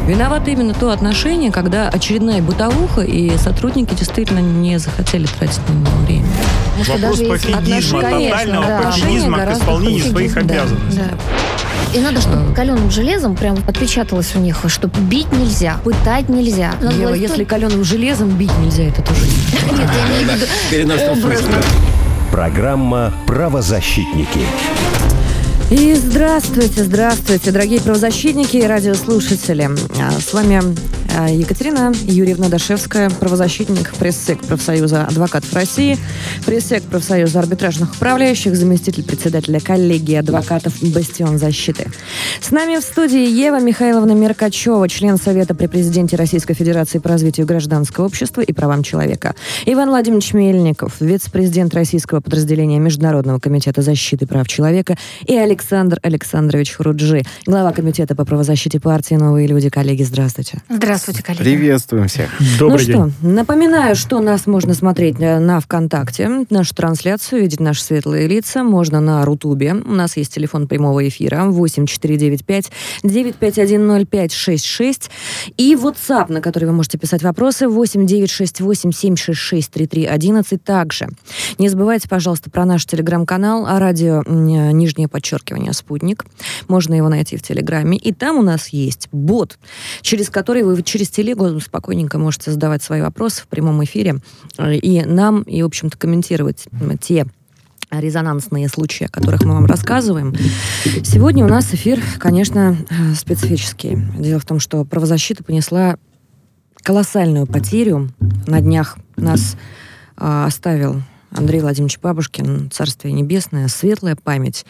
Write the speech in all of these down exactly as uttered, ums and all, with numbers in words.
Виновато именно то отношение, когда очередная бытовуха, и сотрудники действительно не захотели тратить на него время. Вопрос пофигизма, тотального да, пофигизма к исполнению своих да, обязанностей. Да. И надо, чтобы каленым железом прям отпечаталось у них, что бить нельзя, пытать нельзя. Надо Ева, власть... если каленым железом бить нельзя, это тоже не. Нет, я имею в виду образно. Программа «Правозащитники». И здравствуйте, здравствуйте, дорогие правозащитники и радиослушатели. С вами Екатерина Юрьевна Дашевская, правозащитник, пресс-сек профсоюза адвокатов России, пресс-сек профсоюза арбитражных управляющих, заместитель председателя коллегии адвокатов «Бастион защиты». С нами в студии Ева Михайловна Меркачева, член Совета при президенте Российской Федерации по развитию гражданского общества и правам человека. Иван Владимирович Мельников, вице-президент российского подразделения Международного комитета защиты прав человека, и Александр Александрович Хуруджи, глава комитета по правозащите партии «Новые люди». Коллеги, здравствуйте. Здравствуйте, коллеги. Приветствуем всех. Добрый ну день. Что, напоминаю, что нас можно смотреть на ВКонтакте, нашу трансляцию, видеть наши светлые лица. Можно на Рутубе. У нас есть телефон прямого эфира восемь четыре девять пять девять пять один ноль пять шесть шесть. И WhatsApp, на который вы можете писать вопросы, восемь девять шесть восемь семь шесть шесть три три одиннадцать. Также не забывайте, пожалуйста, про наш телеграм-канал радио нижнее подчеркивание «Спутник». Можно его найти в Телеграме. И там у нас есть бот, через который вы через телегу спокойненько можете задавать свои вопросы в прямом эфире. И нам, и, в общем-то, комментировать те резонансные случаи, о которых мы вам рассказываем. Сегодня у нас эфир, конечно, специфический. Дело в том, что правозащита понесла колоссальную потерю. На днях нас э, оставил Андрей Владимирович Бабушкин, царствие небесное, светлая память.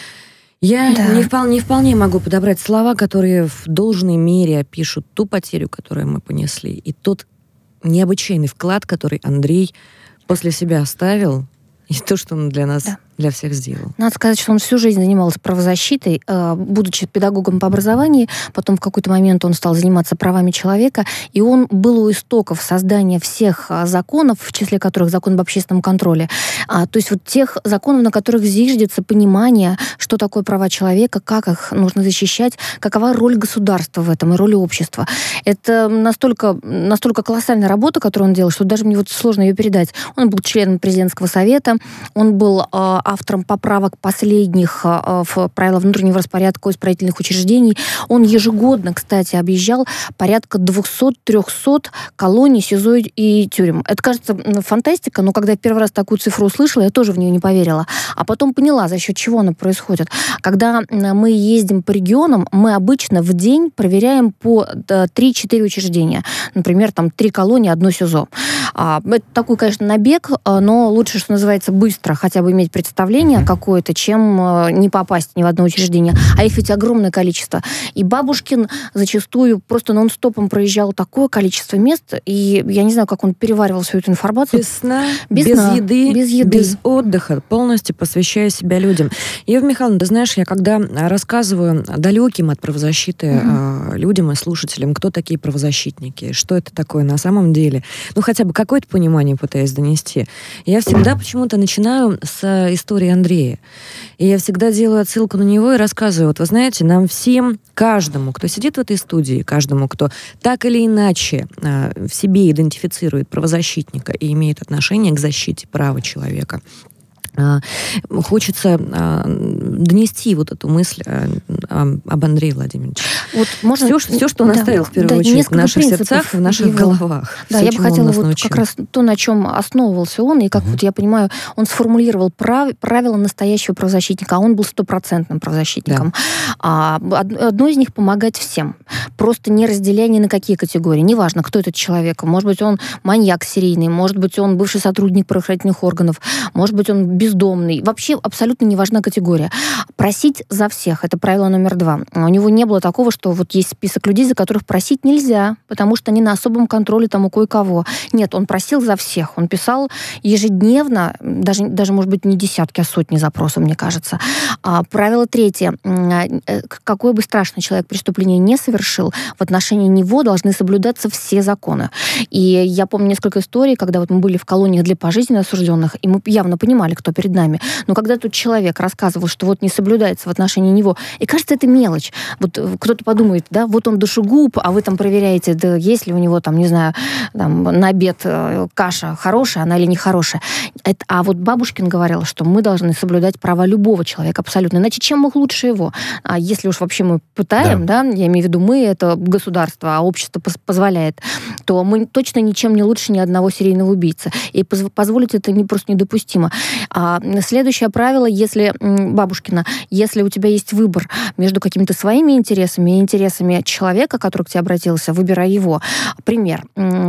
Я да. не, вполне, не вполне могу подобрать слова, которые в должной мере опишут ту потерю, которую мы понесли, и тот необычайный вклад, который Андрей после себя оставил, и то, что он для нас, да. для всех сделал. Надо сказать, что он всю жизнь занимался правозащитой, будучи педагогом по образованию, потом в какой-то момент он стал заниматься правами человека, и он был у истоков создания всех законов, в числе которых закон об общественном контроле, то есть вот тех законов, на которых зиждется понимание, что такое права человека, как их нужно защищать, какова роль государства в этом и роль общества. Это настолько, настолько колоссальная работа, которую он делал, что даже мне вот сложно ее передать. Он был членом президентского совета, он был э, автором поправок последних э, в правила внутреннего распорядка исправительных учреждений. Он ежегодно, кстати, объезжал порядка двести-триста колоний, СИЗО и тюрем. Это кажется фантастика, но когда я первый раз такую цифру услышала, я тоже в нее не поверила. А потом поняла, за счет чего она происходит. Когда мы ездим по регионам, мы обычно в день проверяем по три-четыре учреждения. Например, там три колонии, одно СИЗО. Это такой, конечно, набег, но лучше, что называется, быстро хотя бы иметь представление какое-то, чем не попасть ни в одно учреждение. А их ведь огромное количество. И Бабушкин зачастую просто нон-стопом проезжал такое количество мест, и я не знаю, как он переваривал всю эту информацию. Без сна, без, без, сна, еды, без еды, без отдыха, полностью посвящая себя людям. Ева Михайловна, ты знаешь, я когда рассказываю далеким от правозащиты mm-hmm. людям и слушателям, кто такие правозащитники, что это такое на самом деле, ну хотя бы какое-то понимание пытаюсь донести, я всегда почему-то начинаю с истории Андрея. И я всегда делаю отсылку на него и рассказываю. Вот вы знаете, нам всем, каждому, кто сидит в этой студии, каждому, кто так или иначе э, в себе идентифицирует правозащитника и имеет отношение к защите права человека, хочется донести вот эту мысль об Андрее Владимировиче. Вот можно... все, все, что он да, оставил в первую да, очередь в наших сердцах, в наших его. головах. Да, все, я бы хотела вот как раз то, на чем основывался он, и как uh-huh. вот я понимаю, он сформулировал прав... правила настоящего правозащитника, а он был стопроцентным правозащитником. Да. А, одно из них — помогать всем. Просто не разделяя ни на какие категории. Неважно, кто этот человек. Может быть, он маньяк серийный, может быть, он бывший сотрудник правоохранительных органов, может быть, он бездомный. Вообще абсолютно не важна категория. Просить за всех — это правило номер два. У него не было такого, что вот есть список людей, за которых просить нельзя, потому что они на особом контроле там у кое-кого. Нет, он просил за всех. Он писал ежедневно, даже, даже может быть, не десятки, а сотни запросов, мне кажется. А, правило третье. Какой бы страшный человек преступление не совершил, жил, в отношении него должны соблюдаться все законы. И я помню несколько историй, когда вот мы были в колониях для пожизненно осужденных, и мы явно понимали, кто перед нами. Но когда тут человек рассказывал, что вот не соблюдается в отношении него, и кажется, это мелочь. Вот кто-то подумает, да, вот он душегуб, а вы там проверяете, да, есть ли у него там, не знаю, там, на обед каша хорошая, она или нехорошая. Это, а вот Бабушкин говорил, что мы должны соблюдать права любого человека абсолютно. Иначе чем мы лучше его? А если уж вообще мы пытаем, да, да я имею в виду мы, это государство, а общество позволяет, то мы точно ничем не лучше ни одного серийного убийцы. И позволить это не, просто недопустимо. А следующее правило, если, Бабушкина, если у тебя есть выбор между какими-то своими интересами и интересами человека, который к тебе обратился, выбирай его. Пример.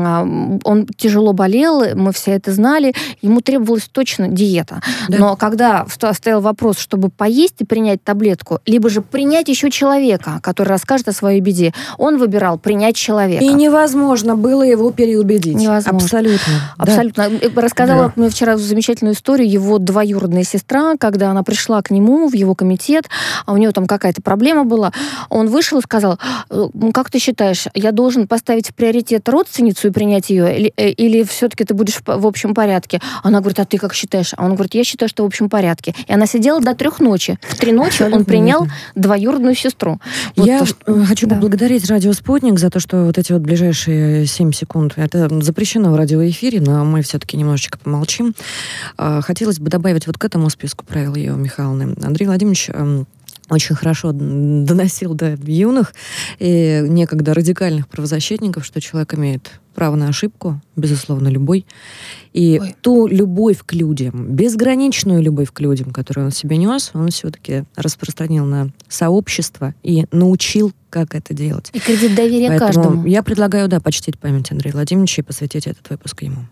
Он тяжело болел, мы все это знали, ему требовалась точно диета. Да. Но когда стоял вопрос, чтобы поесть и принять таблетку, либо же принять еще человека, который расскажет о своей беде, он выбирал принять человека. И невозможно было его переубедить. Невозможно. Абсолютно. Абсолютно. Да. Рассказала да. мне вчера замечательную историю его двоюродная сестра, когда она пришла к нему в его комитет, а у нее там какая-то проблема была. Он вышел и сказал: как ты считаешь, я должен поставить в приоритет родственницу и принять ее, или, или все-таки ты будешь в общем порядке? Она говорит: а ты как считаешь? А он говорит: я считаю, что в общем порядке. И она сидела до трех ночи. В три ночи абсолютно он принял верно. Двоюродную сестру. Вот я то, что... хочу да. поблагодарить Радио Спутник за то, что вот эти вот ближайшие семь секунд, это запрещено в радиоэфире, но мы все-таки немножечко помолчим. Хотелось бы добавить вот к этому списку правил Евы Михайловны. Андрей Владимирович очень хорошо доносил до юных и некогда радикальных правозащитников, что человек имеет право на ошибку, безусловно, любой. И Ой. ту любовь к людям, безграничную любовь к людям, которую он себе нес, он все-таки распространил на сообщество и научил, как это делать. И кредит доверия Поэтому каждому. Я предлагаю, да, почтить память Андрея Владимировича и посвятить этот выпуск ему.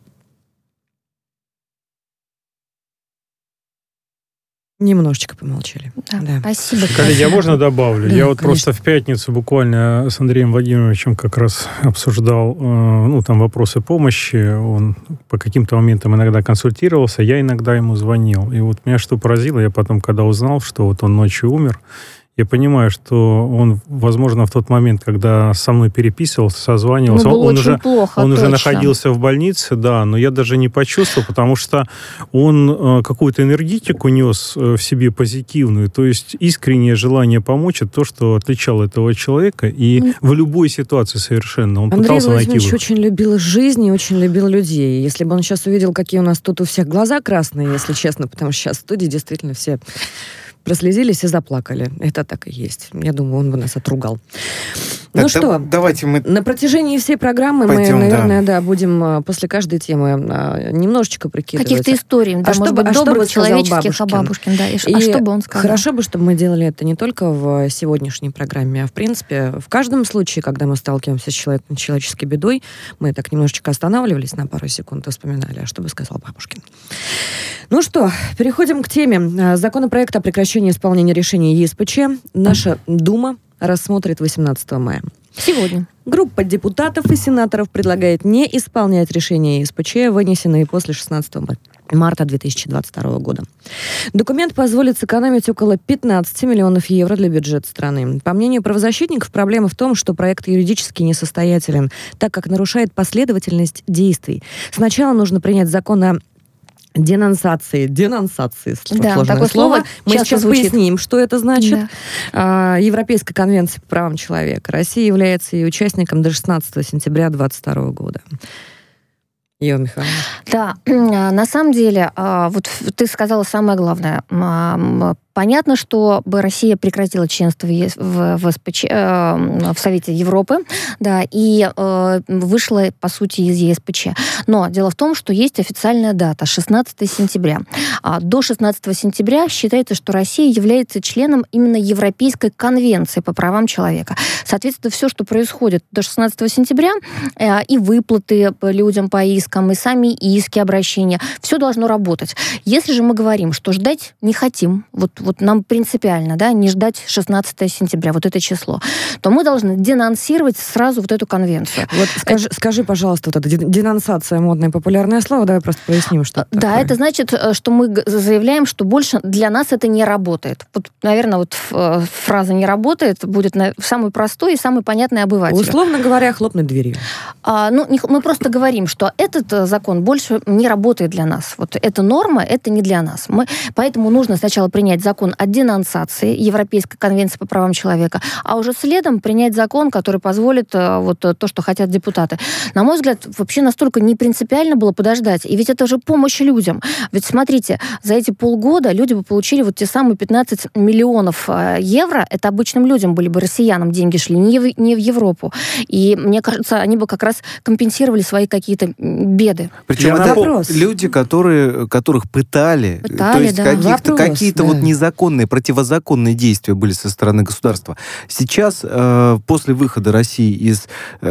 Немножечко помолчали. Да, да. Спасибо. Коллеги, а можно добавлю? Да, я вот конечно. просто в пятницу буквально с Андреем Владимировичем как раз обсуждал, ну, там, вопросы помощи. Он по каким-то моментам иногда консультировался, я иногда ему звонил. И вот меня что поразило, я потом, когда узнал, что вот он ночью умер, я понимаю, что он, возможно, в тот момент, когда со мной переписывался, созванивался, ну, он, уже, плохо, он точно. уже находился в больнице, да, но я даже не почувствовал, потому что он э, какую-то энергетику нес э, в себе позитивную, то есть искреннее желание помочь, это то, что отличало этого человека, и mm. в любой ситуации совершенно он Андрей пытался найти Владимирович выход. очень любил жизнь и очень любил людей. Если бы он сейчас увидел, какие у нас тут у всех глаза красные, если честно, потому что сейчас в студии действительно все прослезились и заплакали. Это так и есть. Я думаю, он бы нас отругал. Так, ну да, что, давайте мы... на протяжении всей программы пойдем, мы, наверное, да. да, будем после каждой темы немножечко прикидывать. Каких-то историй, да, а может что быть, бы, добрых, а человеческих о Бабушкин. Да, и, и а что бы он сказал? Хорошо бы, чтобы мы делали это не только в сегодняшней программе, а в принципе в каждом случае, когда мы сталкиваемся с человек, человеческой бедой, мы так немножечко останавливались на пару секунд и вспоминали, а что бы сказал Бабушкин. Ну что, переходим к теме. Законопроект о прекращении исполнения решений ЕСПЧ наша Дума рассмотрит восемнадцатого мая. Сегодня. Группа депутатов и сенаторов предлагает не исполнять решения ЕСПЧ, вынесенные после шестнадцатого марта две тысячи двадцать второго года. Документ позволит сэкономить около пятнадцать миллионов евро для бюджета страны. По мнению правозащитников, проблема в том, что проект юридически несостоятелен, так как нарушает последовательность действий. Сначала нужно принять закон о денонсации. Денонсации. Да, сложное такое слово. слово Мы сейчас звучит. поясним, что это значит. Да. Европейской конвенции по правам человека. Россия является ее участником до шестнадцатого сентября двадцать второго года. Ева Михайловна. Да, на самом деле, вот ты сказала самое главное. Понятно, что бы Россия прекратила членство в, в, СПЧ, в Совете Европы, да, и э, вышла, по сути, из ЕСПЧ. Но дело в том, что есть официальная дата, шестнадцатого сентября. А до шестнадцатого сентября считается, что Россия является членом именно Европейской конвенции по правам человека. Соответственно, все, что происходит до шестнадцатого сентября, э, и выплаты людям по искам, и сами иски, обращения, все должно работать. Если же мы говорим, что ждать не хотим, вот вот нам принципиально, да, не ждать шестнадцатого сентября, вот это число, то мы должны денонсировать сразу вот эту конвенцию. Вот скажи, это... скажи, пожалуйста, вот эта денонсация, модное популярное слово, давай просто поясним, что это Да, такое. это значит, что мы заявляем, что больше для нас это не работает. Вот, наверное, вот фраза «не работает» будет самый простой и самый понятный обывателю. Условно говоря, хлопнуть дверью. А, ну, не, мы просто говорим, что этот закон больше не работает для нас. Вот эта норма, это не для нас. Мы, поэтому нужно сначала принять закон о денонсации Европейской конвенции по правам человека, а уже следом принять закон, который позволит вот то, что хотят депутаты. На мой взгляд, вообще настолько не принципиально было подождать. И ведь это же помощь людям. Ведь смотрите, за эти полгода люди бы получили вот те самые пятнадцать миллионов евро. Это обычным людям были бы, россиянам деньги шли, не в, не в Европу. И мне кажется, они бы как раз компенсировали свои какие-то беды. Причем это вопрос. Люди, которые, которых пытали, пытали то есть да. каких-то, какие-то да. вот незаконные, противозаконные действия были со стороны государства. Сейчас, э, после выхода России из,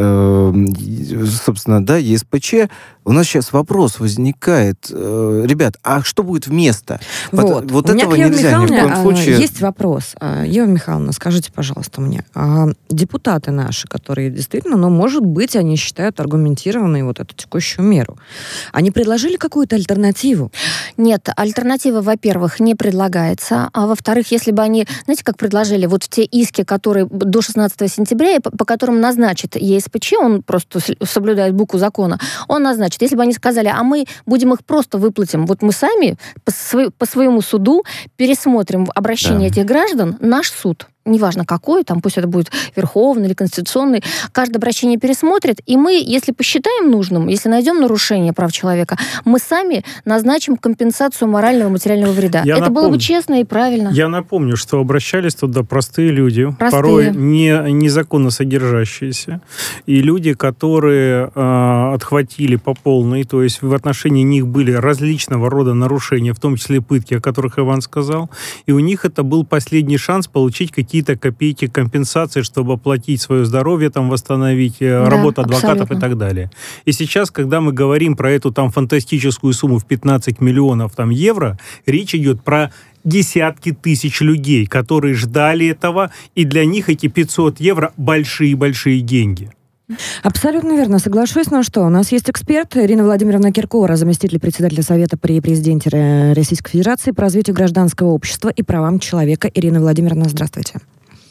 э, собственно, да, е эс пэ че, у нас сейчас вопрос возникает. Э, ребят, а что будет вместо? Вот, вот у меня этого к Еве нельзя ни в коем Михайловне случае. есть вопрос. Ева Михайловна, скажите, пожалуйста, мне, а депутаты наши, которые действительно, ну, может быть, они считают аргументированной вот эту текущую меру, они предложили какую-то альтернативу? Нет, альтернатива, во-первых, не предлагается, а во-вторых, если бы они, знаете, как предложили, вот те иски, которые до шестнадцатого сентября, по, по которым назначит е эс пэ че, он просто соблюдает букву закона, он назначит. Если бы они сказали, а мы будем их просто выплатим, вот мы сами по, свой, по своему суду пересмотрим обращение да. этих граждан, наш суд, неважно какой, там пусть это будет Верховный или Конституционный, каждое обращение пересмотрит, и мы, если посчитаем нужным, если найдем нарушение прав человека, мы сами назначим компенсацию морального и материального вреда. Я это напомню, было бы честно и правильно. Я напомню, что обращались туда простые люди, простые. порой не, незаконно содержащиеся, и люди, которые э, отхватили по полной, то есть в отношении них были различного рода нарушения, в том числе пытки, о которых Иван сказал, и у них это был последний шанс получить какие какие-то копейки компенсации, чтобы оплатить свое здоровье, там, восстановить, да, работу адвокатов абсолютно. И так далее. И сейчас, когда мы говорим про эту там фантастическую сумму в пятнадцать миллионов там, евро, речь идет про десятки тысяч людей, которые ждали этого, и для них эти пятьсот евро большие-большие деньги. Абсолютно верно, соглашусь. Ну что, у нас есть эксперт Ирина Владимировна Киркорова, заместитель председателя Совета при президенте Российской Федерации по развитию гражданского общества и правам человека. Ирина Владимировна, здравствуйте.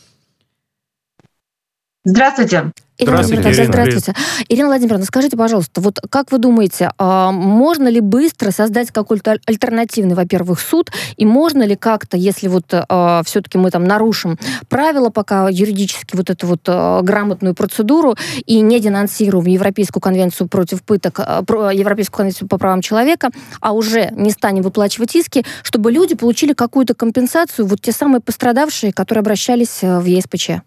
Здравствуйте. Ирина Здравствуйте, Владимировна, Ирина. здравствуйте. Ирина Владимировна, скажите, пожалуйста, вот как вы думаете, можно ли быстро создать какой-то альтернативный, во-первых, суд, и можно ли как-то, если вот все-таки мы там нарушим правила пока юридически вот эту вот грамотную процедуру и не денонсируем Европейскую конвенцию против пыток, Европейскую конвенцию по правам человека, а уже не станем выплачивать иски, чтобы люди получили какую-то компенсацию, вот те самые пострадавшие, которые обращались в е эс пэ че?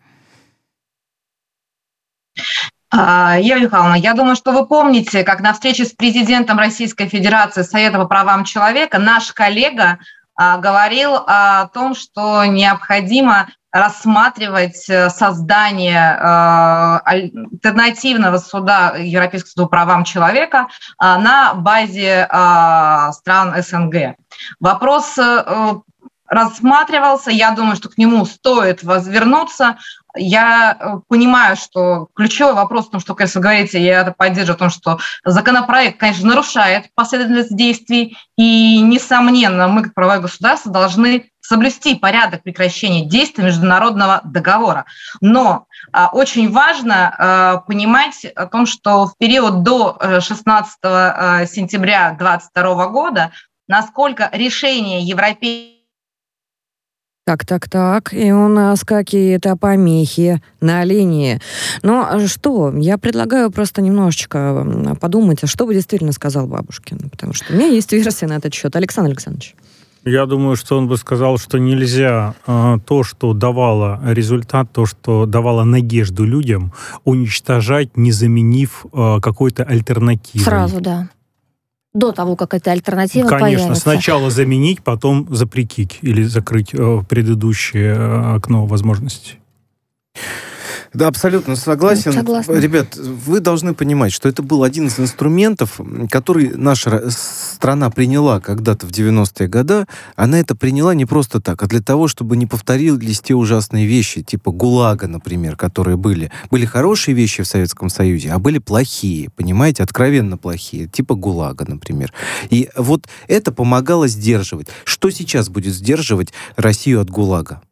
Ева Михайловна, я думаю, что вы помните, как на встрече с президентом Российской Федерации Совета по правам человека наш коллега а, говорил о том, что необходимо рассматривать создание а, альтернативного суда Европейского суда по правам человека а, на базе а, стран эс эн гэ. Вопрос а, рассматривался, я думаю, что к нему стоит возвернуться. Я понимаю, что ключевой вопрос в том, что, конечно, говорите, я это поддерживаю, в том, что законопроект, конечно, нарушает последовательность действий, и, несомненно, мы, как правовое государство, должны соблюсти порядок прекращения действий международного договора. Но а, очень важно а, понимать о том, что в период до шестнадцатого сентября две тысячи двадцать второго года, насколько решение Европейского Так, так, так. И у нас какие-то помехи на линии. Но что? Я предлагаю просто немножечко подумать, а что бы действительно сказал Бабушкин. Потому что у меня есть версия на этот счет. Александр Александрович. Я думаю, что он бы сказал, что нельзя э, то, что давало результат, то, что давало надежду людям, уничтожать, не заменив э, какой-то альтернативой. Сразу, да. До того, как эта альтернатива Конечно, появится. Конечно, сначала заменить, потом запретить или закрыть э, предыдущее э, окно возможностей. Да, абсолютно согласен. Согласна. Ребят, вы должны понимать, что это был один из инструментов, который наша страна приняла когда-то в девяностые годы. Она это приняла не просто так, а для того, чтобы не повторились те ужасные вещи, типа ГУЛАГа, например, которые были. Были хорошие вещи в Советском Союзе, а были плохие, понимаете, откровенно плохие, типа ГУЛАГа, например. И вот это помогало сдерживать. Что сейчас будет сдерживать Россию от ГУЛАГа?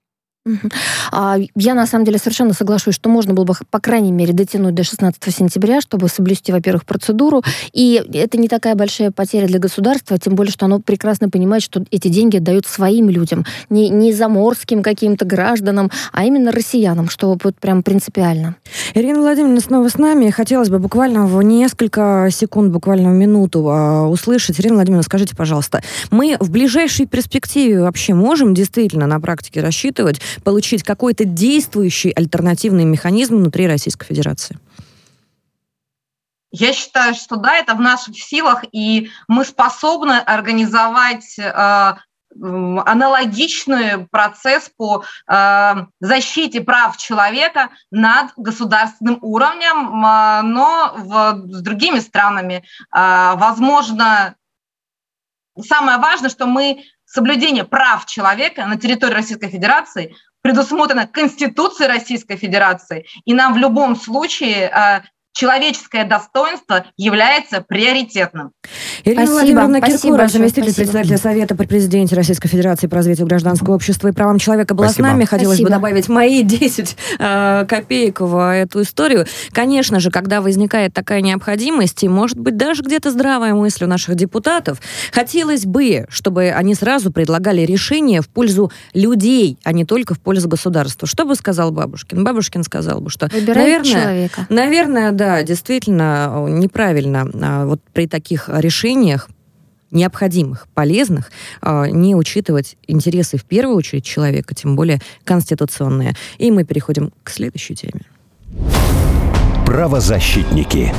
Я, на самом деле, совершенно соглашусь, что можно было бы, по крайней мере, дотянуть до шестнадцатого сентября, чтобы соблюсти, во-первых, процедуру. И это не такая большая потеря для государства, тем более, что оно прекрасно понимает, что эти деньги отдают своим людям, не, не заморским каким-то гражданам, а именно россиянам, что вот прям принципиально. Ирина Владимировна снова с нами. Хотелось бы буквально в несколько секунд, буквально в минуту а, услышать. Ирина Владимировна, скажите, пожалуйста, мы в ближайшей перспективе вообще можем действительно на практике рассчитывать получить какой-то действующий альтернативный механизм внутри Российской Федерации? Я считаю, что да, это в наших силах, и мы способны организовать э, аналогичный процесс по э, защите прав человека над государственным уровнем, э, но в, с другими странами. Э, возможно, самое важное, что мы соблюдение прав человека на территории Российской Федерации предусмотрено Конституцией Российской Федерации, и нам в любом случае э, человеческое достоинство является приоритетным. Ирина Спасибо. Владимировна Спасибо Киркорова, большое. заместитель Спасибо. председателя Совета при президенте Российской Федерации по развитию гражданского общества и правам человека, была Спасибо. с нами. Хотелось Спасибо. бы добавить мои десять э, копеек в эту историю. Конечно же, когда возникает такая необходимость, и, может быть, даже где-то здравая мысль у наших депутатов, хотелось бы, чтобы они сразу предлагали решения в пользу людей, а не только в пользу государства. Что бы сказал Бабушкин? Бабушкин сказал бы, что, Выбирай наверное, человека. наверное, да, действительно неправильно а, вот при таких решениях необходимых, полезных, а, не учитывать интересы в первую очередь человека, тем более конституционные. И мы переходим к следующей теме. Правозащитники.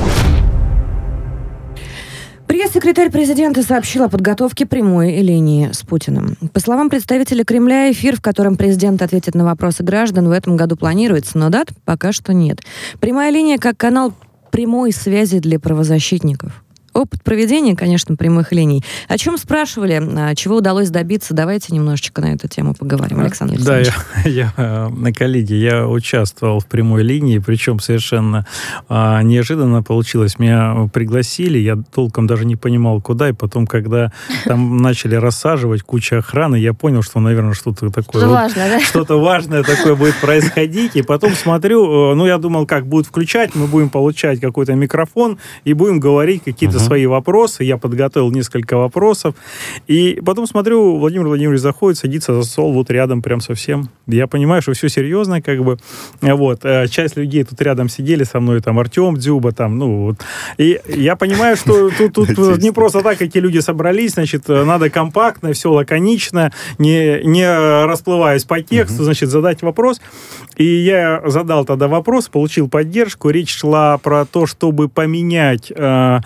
Пресс-секретарь президента сообщил о подготовке прямой линии с Путиным. По словам представителя Кремля, эфир, в котором президент ответит на вопросы граждан, в этом году планируется, но дат пока что нет. Прямая линия как канал прямой связи для правозащитников. Опыт проведения, конечно, прямых линий. О чем спрашивали, чего удалось добиться, давайте немножечко на эту тему поговорим. Александр Александрович. Да, я, я на коллеге, я участвовал в прямой линии, причем совершенно а, неожиданно получилось. Меня пригласили, я толком даже не понимал, куда, и потом, когда там начали рассаживать кучу охраны, я понял, что, наверное, что-то такое... Что важно, да? Что-то важное такое будет происходить, и потом смотрю, ну, я думал, как будут включать, мы будем получать какой-то микрофон и будем говорить какие-то свои вопросы. Я подготовил несколько вопросов. И потом смотрю, Владимир Владимирович заходит, садится за стол вот рядом прям совсем. Я понимаю, что все серьезно, как бы. Вот. Часть людей тут рядом сидели со мной, там, Артем Дзюба, там, ну, вот. И я понимаю, что тут, тут не просто так эти люди собрались, значит, надо компактно, все лаконично, не, не расплываясь по тексту, uh-huh. значит, задать вопрос. И я задал тогда вопрос, получил поддержку. Речь шла про то, чтобы поменять э,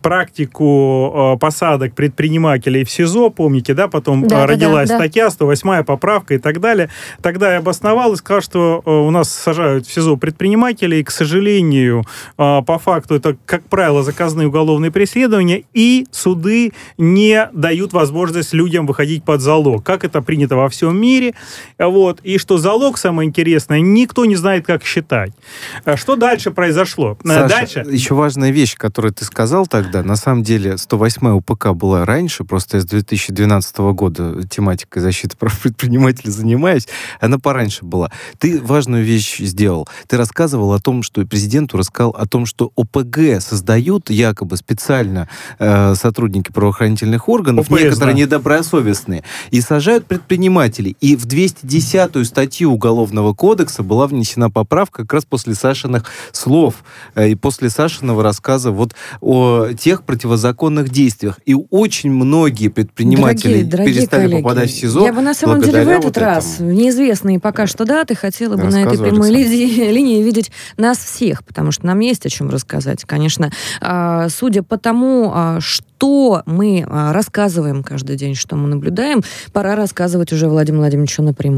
практику э, посадок предпринимателей в СИЗО, помните, да, потом да, родилась да, да, статья, сто восьмая поправка и так далее. Тогда я обосновал и сказал, что э, у нас сажают в СИЗО предпринимателей, к сожалению, э, по факту это, как правило, заказные уголовные преследования, и суды не дают возможность людям выходить под залог, как это принято во всем мире, вот, и что залог, самое интересное, никто не знает, как считать. Что дальше произошло? Саша, дальше... еще важная вещь, которую ты сказал тогда, на самом деле сто восьмая УПК была раньше, просто я с две тысячи двенадцатого года тематикой защиты прав предпринимателей занимаюсь, она пораньше была. Ты важную вещь сделал. Ты рассказывал о том, что президенту рассказал о том, что ОПГ создают якобы специально э, сотрудники правоохранительных органов, ОПС, некоторые да. недобросовестные, и сажают предпринимателей. И в двести десятую статью Уголовного кодекса была внесена поправка как раз после Сашиных слов э, и после Сашиного рассказа вот о тех противозаконных действиях. И очень многие предприниматели Дорогие, дорогие перестали коллеги, попадать в СИЗО. Я бы на самом деле в этот вот раз, этому. неизвестные пока что даты, хотела бы на этой Рассказывай, прямой Александр. линии, линии видеть нас всех, потому что нам есть о чем рассказать. Конечно, а, судя по тому, а, что мы а, рассказываем каждый день, что мы наблюдаем, пора рассказывать уже Владимиру Владимировичу напрямую.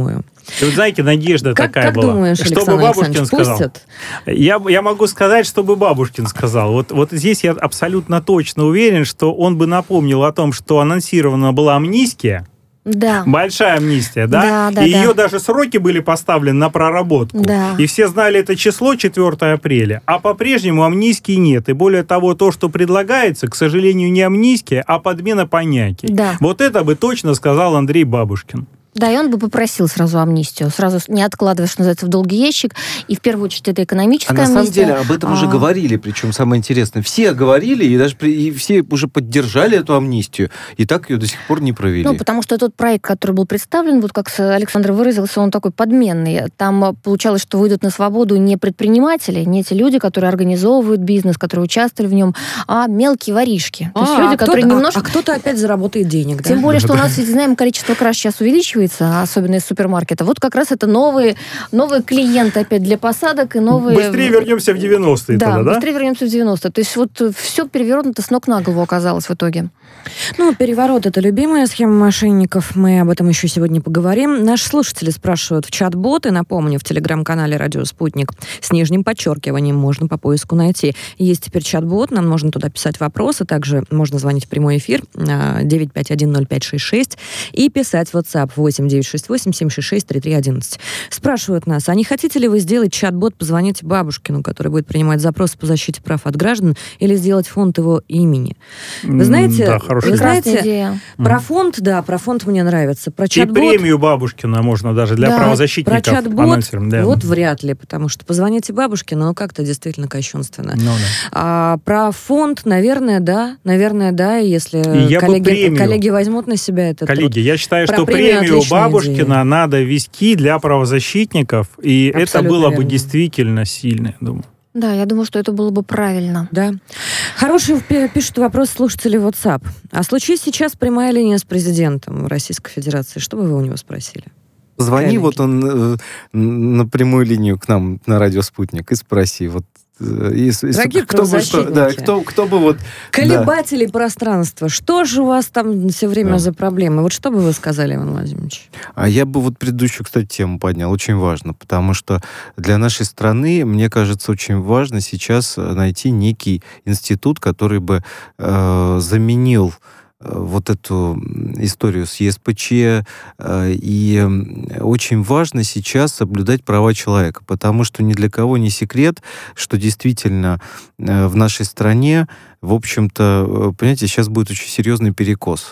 И вот знаете, надежда как, такая как была. Думаешь, чтобы Александр Бабушкин сказал. Пустят? Я, я могу сказать, чтобы Бабушкин сказал. Вот, вот здесь я абсолютно точно уверен, что он бы напомнил о том, что анонсирована была амнистия. Да. Большая амнистия, да? Да, да, и да. ее даже сроки были поставлены на проработку. Да. И все знали это число четвёртого апреля. А по-прежнему амнистии нет. И более того, то, что предлагается, к сожалению, не амнистия, а подмена понятий. Да. Вот это бы точно сказал Андрей Бабушкин. Да, и он бы попросил сразу амнистию, сразу не откладывая, что называется, в долгий ящик. И в первую очередь это экономическая а амнистия. на самом деле об этом а... уже говорили, причем самое интересное. Все говорили, и даже при... и все уже поддержали эту амнистию, и так ее до сих пор не провели. Ну, потому что тот проект, который был представлен, вот как Александр выразился, он такой подменный. Там получалось, что выйдут на свободу не предприниматели, не те люди, которые организовывают бизнес, которые участвовали в нем, а мелкие воришки. То А, есть люди, а которые кто-то, немножко... А, а кто-то опять заработает денег, да? Тем более, что Да. у нас, ведь знаем, количество краж сейчас увеличивается, особенно из супермаркета. Вот как раз это новые, новые клиенты опять для посадок и новые... Быстрее вернемся в девяностые да, тогда, да? быстрее вернемся в девяностые. То есть вот все перевернуто с ног на голову оказалось в итоге. Ну, переворот — это любимая схема мошенников. Мы об этом еще сегодня поговорим. Наши слушатели спрашивают в чат-боты. Напомню, в телеграм-канале «Радио Спутник» с нижним подчеркиванием можно по поиску найти. Есть теперь чат-бот, нам можно туда писать вопросы. Также можно звонить в прямой эфир девять пять один ноль пять шесть шесть и писать в WhatsApp восемь девять шесть восемь семь шесть шесть три три одиннадцать. Спрашивают нас, а не хотите ли вы сделать чат-бот, позвоните Бабушкину, который будет принимать запросы по защите прав от граждан, или сделать фонд его имени? Вы знаете... Да, хорошая Вы идея. знаете, идея. про фонд, да, про фонд мне нравится. Про И чат-бот... премию Бабушкина можно даже для Да, правозащитников про чат-бот анонсировать. Да. вот вряд ли, потому что позвоните Бабушкину, ну как-то действительно кощунственно. Ну, да. А про фонд, наверное, да, наверное, да, и если И я бы коллеги, премию- коллеги возьмут на себя этот Коллеги, труд. я считаю, Про что премию премию отличная Бабушкина идея. надо вести для правозащитников, и это Абсолютно было бы верно. действительно сильно, я думаю. Да, я думаю, что это было бы правильно. Да. Хороший пи- пишут вопрос слушатели WhatsApp. А случись сейчас прямая линия с президентом Российской Федерации, что бы вы у него спросили? Звони, Коллеги. вот он э, на прямую линию к нам на радио «Спутник» и спроси, вот э, если- Дорогие кто бы что, да, правозащитники. кто, кто бы вот... Колебатели пространства. Что же у вас там все время Да. за проблемы? Вот что бы вы сказали, Иван Владимирович? А я бы вот предыдущую, кстати, тему поднял. Очень важно, потому что для нашей страны, мне кажется, очень важно сейчас найти некий институт, который бы э, заменил э, вот эту историю с ЕСПЧ. Э, и очень важно сейчас соблюдать права человека, потому что ни для кого не секрет, что действительно э, в нашей стране, в общем-то, э, понимаете, сейчас будет очень серьезный перекос.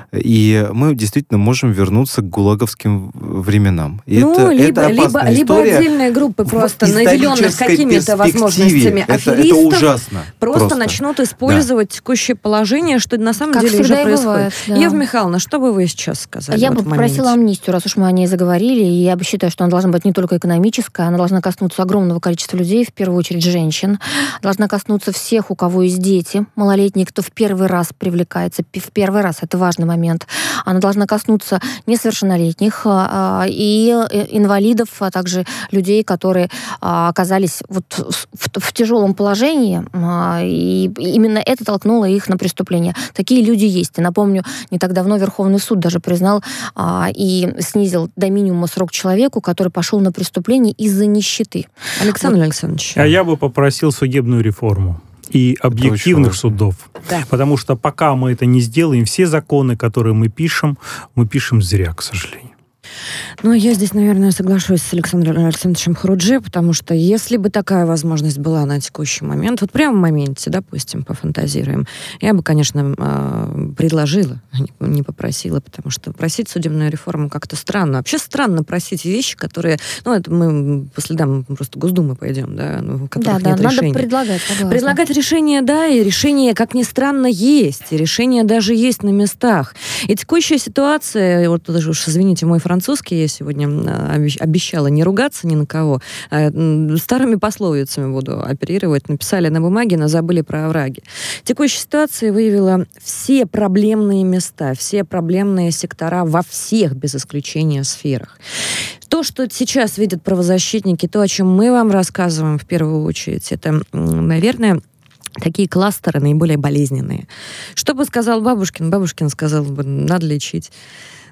И мы действительно можем вернуться к гулаговским временам. И ну, это, либо, это либо, опасная либо история отдельные группы, в просто наделенных исторической какими-то перспективе. возможностями Это, это аферистов, ужасно. просто, Просто. начнут использовать текущее положение, что на самом Как деле уже всегда и происходит. бывает, да. Ева Михайловна, что бы вы сейчас сказали? Я в бы этом попросила моменте? амнистию, раз уж мы о ней заговорили, и я бы считаю, что она должна быть не только экономическая, она должна коснуться огромного количества людей, в первую очередь женщин, должна коснуться всех, у кого есть дети, малолетние, кто в первый раз привлекается, в первый раз, это важный момент. Она должна коснуться несовершеннолетних а, и инвалидов, а также людей, которые а, оказались вот в, в тяжелом положении, а, и именно это толкнуло их на преступление. Такие люди есть. И напомню, не так давно Верховный суд даже признал а, и снизил до минимума срок человеку, который пошел на преступление из-за нищеты. Александр Александрович. А я бы попросил судебную реформу и объективных очень судов. Да. Потому что пока мы это не сделаем, все законы, которые мы пишем, мы пишем зря, к сожалению. Ну, я здесь, наверное, соглашусь с Александром Александровичем Хуруджи, потому что если бы такая возможность была на текущий момент, вот прямо в моменте, допустим, пофантазируем, я бы, конечно, предложила, не попросила, потому что просить судебную реформу как-то странно. Вообще странно просить вещи, которые, ну, это мы по следам просто Госдумы пойдем, да, ну, в которых Да, нет да, решения. надо предлагать, согласна. Предлагать решения, да, и решения, как ни странно, есть. И решения даже есть на местах. И текущая ситуация, вот даже уж, извините, мой французский, я сегодня обещала не ругаться ни на кого, старыми пословицами буду оперировать. Написали на бумаге, но забыли про овраги. Текущая ситуация выявила все проблемные места, все проблемные сектора во всех, без исключения, сферах. То, что сейчас видят правозащитники, то, о чем мы вам рассказываем в первую очередь, это, наверное, такие кластеры наиболее болезненные. Что бы сказал Бабушкин? Бабушкин сказал бы, надо лечить.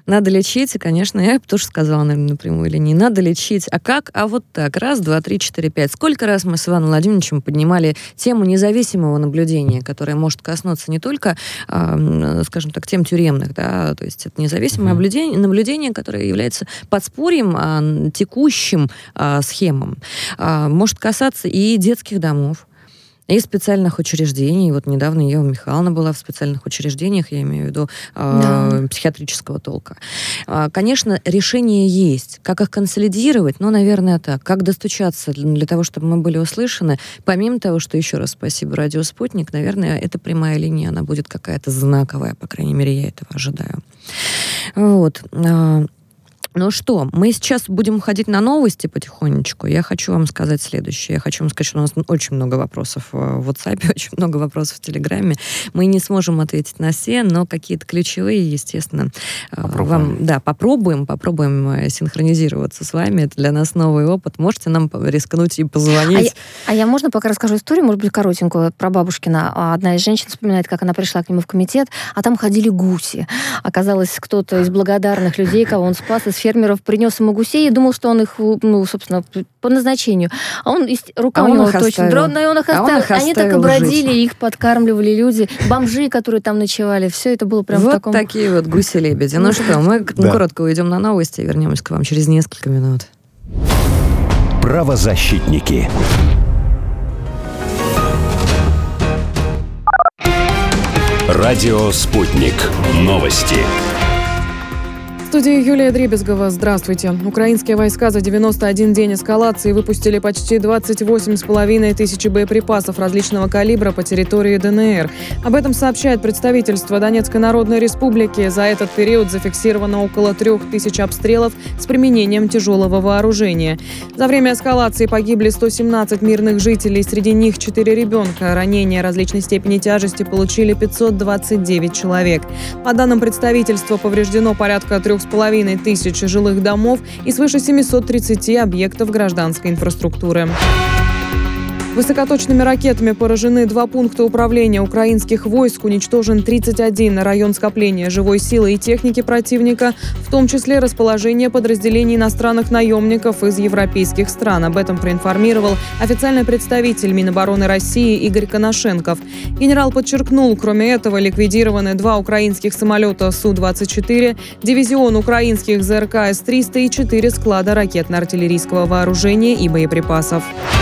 Надо лечить, и, конечно, я тоже сказала, наверное, напрямую или не надо лечить. А как? А вот так. Раз, два, три, четыре, пять. Сколько раз мы с Иваном Владимировичем поднимали тему независимого наблюдения, которое может коснуться не только, э, скажем так, тем тюремных, да, то есть это независимое mm-hmm. наблюдение, наблюдение, которое является подспорьем э, текущим э, схемам. Э, может касаться и детских домов, и специальных учреждений. Вот недавно Ева Михайловна была в специальных учреждениях, я имею в виду э, да. психиатрического толка. Э, конечно, решения есть. Как их консолидировать? Ну, наверное, так. Как достучаться для того, чтобы мы были услышаны? Помимо того, что, еще раз спасибо, Радио Спутник, наверное, эта прямая линия, она будет какая-то знаковая, по крайней мере, я этого ожидаю. Вот. Э, Ну что, мы сейчас будем уходить на новости потихонечку. Я хочу вам сказать следующее. Я хочу вам сказать, что у нас очень много вопросов в WhatsApp, очень много вопросов в Телеграме. Мы не сможем ответить на все, но какие-то ключевые, естественно, попробуем. вам... Да, попробуем, попробуем синхронизироваться с вами. Это для нас новый опыт. Можете нам рискнуть и позвонить. А я, а я можно пока расскажу историю, может быть, коротенькую, про бабушкина. Одна из женщин вспоминает, как она пришла к нему в комитет, а там ходили гуси. Оказалось, кто-то из благодарных людей, кого он спас, из фермеров, принес ему гусей и думал, что он их, ну, собственно, по назначению. А он, рука а у него точно дродная, и он их оставил. А Они так и бродили, жить. Их подкармливали люди, бомжи, которые там ночевали. Все это было прям вот в таком... Вот такие вот гуси-лебеди. Ну что, мы да. коротко уйдем на новости и вернемся к вам через несколько минут. Правозащитники. Радио «Спутник». Новости. В студии Юлия Дребезгова. Здравствуйте. Украинские войска за девяносто один день эскалации выпустили почти двадцать восемь с половиной тысяч боеприпасов различного калибра по территории ДНР. Об этом сообщает представительство Донецкой Народной Республики. За этот период зафиксировано около трех тысяч обстрелов с применением тяжелого вооружения. За время эскалации погибли сто семнадцать мирных жителей, среди них четыре ребенка. Ранения различной степени тяжести получили пятьсот двадцать девять человек. По данным представительства, повреждено порядка трех с половиной тысяч жилых домов и свыше семьсот тридцать объектов гражданской инфраструктуры. Высокоточными ракетами поражены два пункта управления украинских войск, уничтожен тридцать один район скопления живой силы и техники противника, в том числе расположение подразделений иностранных наемников из европейских стран. Об этом проинформировал официальный представитель Минобороны России Игорь Коношенков. Генерал подчеркнул, кроме этого ликвидированы два украинских самолета Су двадцать четыре, дивизион украинских ЗРК С триста и четыре склада ракетно-артиллерийского вооружения и боеприпасов.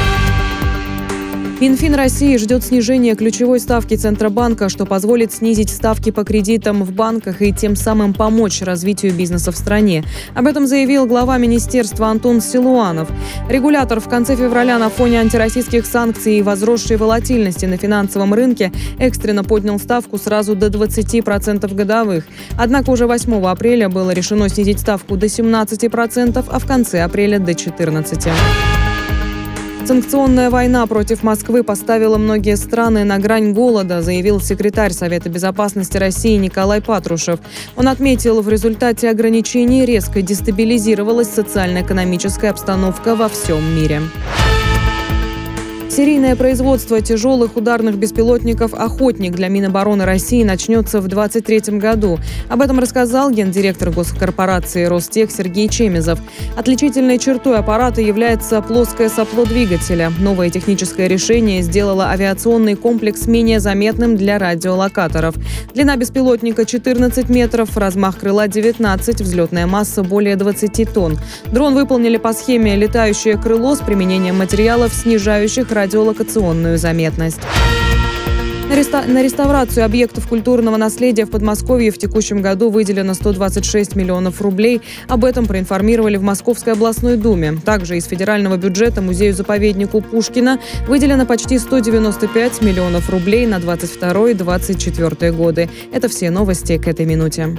Минфин России ждет снижения ключевой ставки Центробанка, что позволит снизить ставки по кредитам в банках и тем самым помочь развитию бизнеса в стране. Об этом заявил глава министерства Антон Силуанов. Регулятор в конце февраля на фоне антироссийских санкций и возросшей волатильности на финансовом рынке экстренно поднял ставку сразу до двадцати процентов годовых. Однако уже восьмого апреля было решено снизить ставку до семнадцати процентов, а в конце апреля до четырнадцати процентов. Санкционная война против Москвы поставила многие страны на грань голода, заявил секретарь Совета безопасности России Николай Патрушев. Он отметил, в результате ограничений резко дестабилизировалась социально-экономическая обстановка во всем мире. Серийное производство тяжелых ударных беспилотников «Охотник» для Минобороны России начнется в двадцать третьем году. Об этом рассказал гендиректор госкорпорации «Ростех» Сергей Чемезов. Отличительной чертой аппарата является плоское сопло двигателя. Новое техническое решение сделало авиационный комплекс менее заметным для радиолокаторов. Длина беспилотника четырнадцать метров, размах крыла девятнадцать, взлетная масса более двадцати тонн. Дрон выполнили по схеме «Летающее крыло» с применением материалов, снижающих радиолокационную заметность. На, реста- на реставрацию объектов культурного наследия в Подмосковье в текущем году выделено сто двадцать шесть миллионов рублей. Об этом проинформировали в Московской областной думе. Также из федерального бюджета музею-заповеднику Пушкина выделено почти сто девяносто пять миллионов рублей на двадцать второй - двадцать четвёртый годы. Это все новости к этой минуте.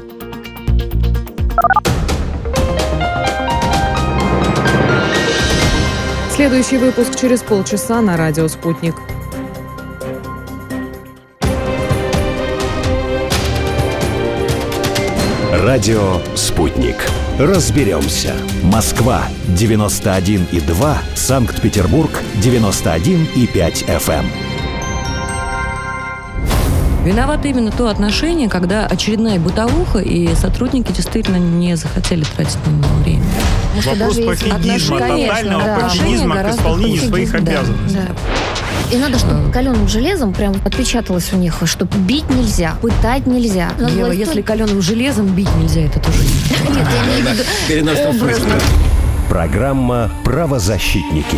Следующий выпуск через полчаса на радио «Спутник». Радио «Спутник». Разберемся. Москва девяносто один и два, Санкт-Петербург девяносто один и пять эф эм. Виновато именно то отношение, когда очередная бытовуха, и сотрудники действительно не захотели тратить на него время. Вопрос пофигизма, тотального да. пофигизма к исполнению хуже. своих Да, обязанностей. да. И надо, чтобы каленым железом прям отпечаталось у них, что бить нельзя, пытать нельзя. Надо Ева, власть- если каленым железом бить нельзя, это тоже не. Нет, я имею в виду образно. Программа «Правозащитники».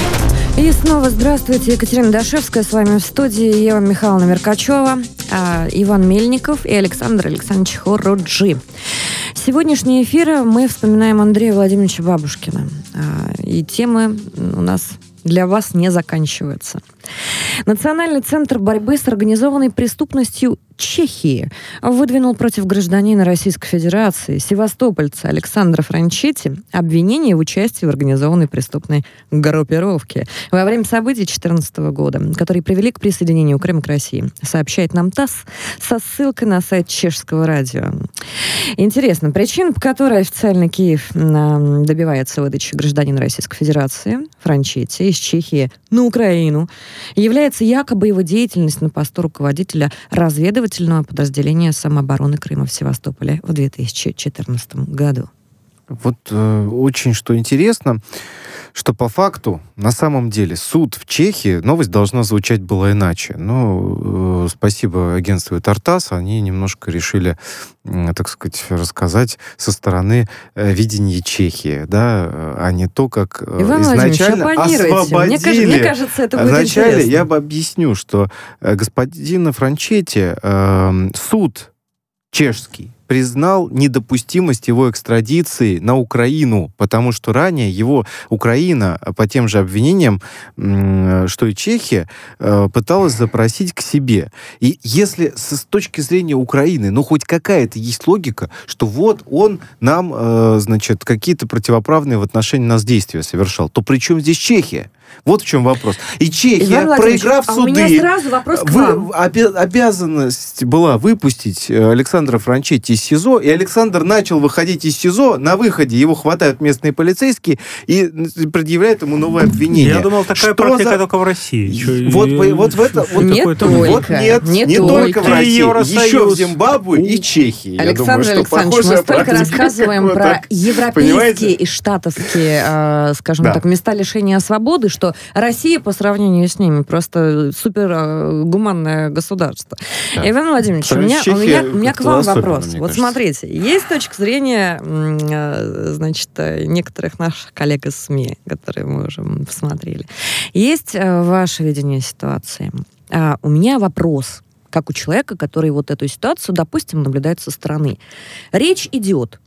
И снова здравствуйте, Екатерина Дашевская с вами в студии, Ева Михайловна Меркачева, а, Иван Мельников и Александр Александрович Хороджи. Сегодняшний эфир мы вспоминаем Андрея Владимировича Бабушкина. А, и темы у нас для вас не заканчиваются. Национальный центр борьбы с организованной преступностью Чехии выдвинул против гражданина Российской Федерации, севастопольца Александра Франчетти, обвинение в участии в организованной преступной группировке во время событий две тысячи четырнадцатого года, которые привели к присоединению Крыма к России, сообщает нам ТАСС со ссылкой на сайт чешского радио. Интересно, причина, по которой официально Киев добивается выдачи гражданина Российской Федерации Франчетти из Чехии на Украину, является якобы его деятельность на посту руководителя разведывательного подразделения самообороны Крыма в Севастополе в две тысячи четырнадцатом году. Вот э, очень что интересно, что по факту, на самом деле, суд в Чехии, новость должна звучать была иначе. Но э, спасибо агентству Тартас, они немножко решили, э, так сказать, рассказать со стороны э, видения Чехии, да, а не то, как э, Иван изначально освободили. Мне кажется, мне кажется, это будет Вначале интересно. я бы объясню, что э, господина Франчетти э, суд чешский признал недопустимость его экстрадиции на Украину, потому что ранее его Украина по тем же обвинениям, что и Чехия, пыталась запросить к себе. И если с точки зрения Украины, ну, хоть какая-то есть логика, что вот он нам, значит, какие-то противоправные в отношении нас действия совершал, то при чем здесь Чехия? Вот в чем вопрос. И Чехия, проиграв а суды, у меня сразу вопрос к вы, вам. обе- обязанность была выпустить Александра Франчетти из СИЗО, и Александр начал выходить из СИЗО. На выходе его хватают местные полицейские и предъявляют ему новое обвинение. Я думал, такая Что практика за... только в России. Вот, И- вот в это... Вот, Не такое-то- только. вот нет, не не, только. только в России. Евросоюз. Еще в Зимбабве и Чехии. Александр Я думаю, что Александрович, мы похожая столько практика, рассказываем как вы про так европейские понимаете? и штатовские, э, скажем Да. так, места лишения свободы, что Россия по сравнению с ними просто супер э, гуманное государство. Да. Иван Владимирович, у Потому меня, что у меня, Чехия у меня к как-то вам особенно, вопрос. мне Вот кажется. смотрите, есть точка зрения, м, э, значит, э, некоторых наших коллег из СМИ, которые мы уже м, посмотрели. Есть э, ваше видение ситуации. А, у меня вопрос, как у человека, который вот эту ситуацию, допустим, наблюдает со стороны. Речь идет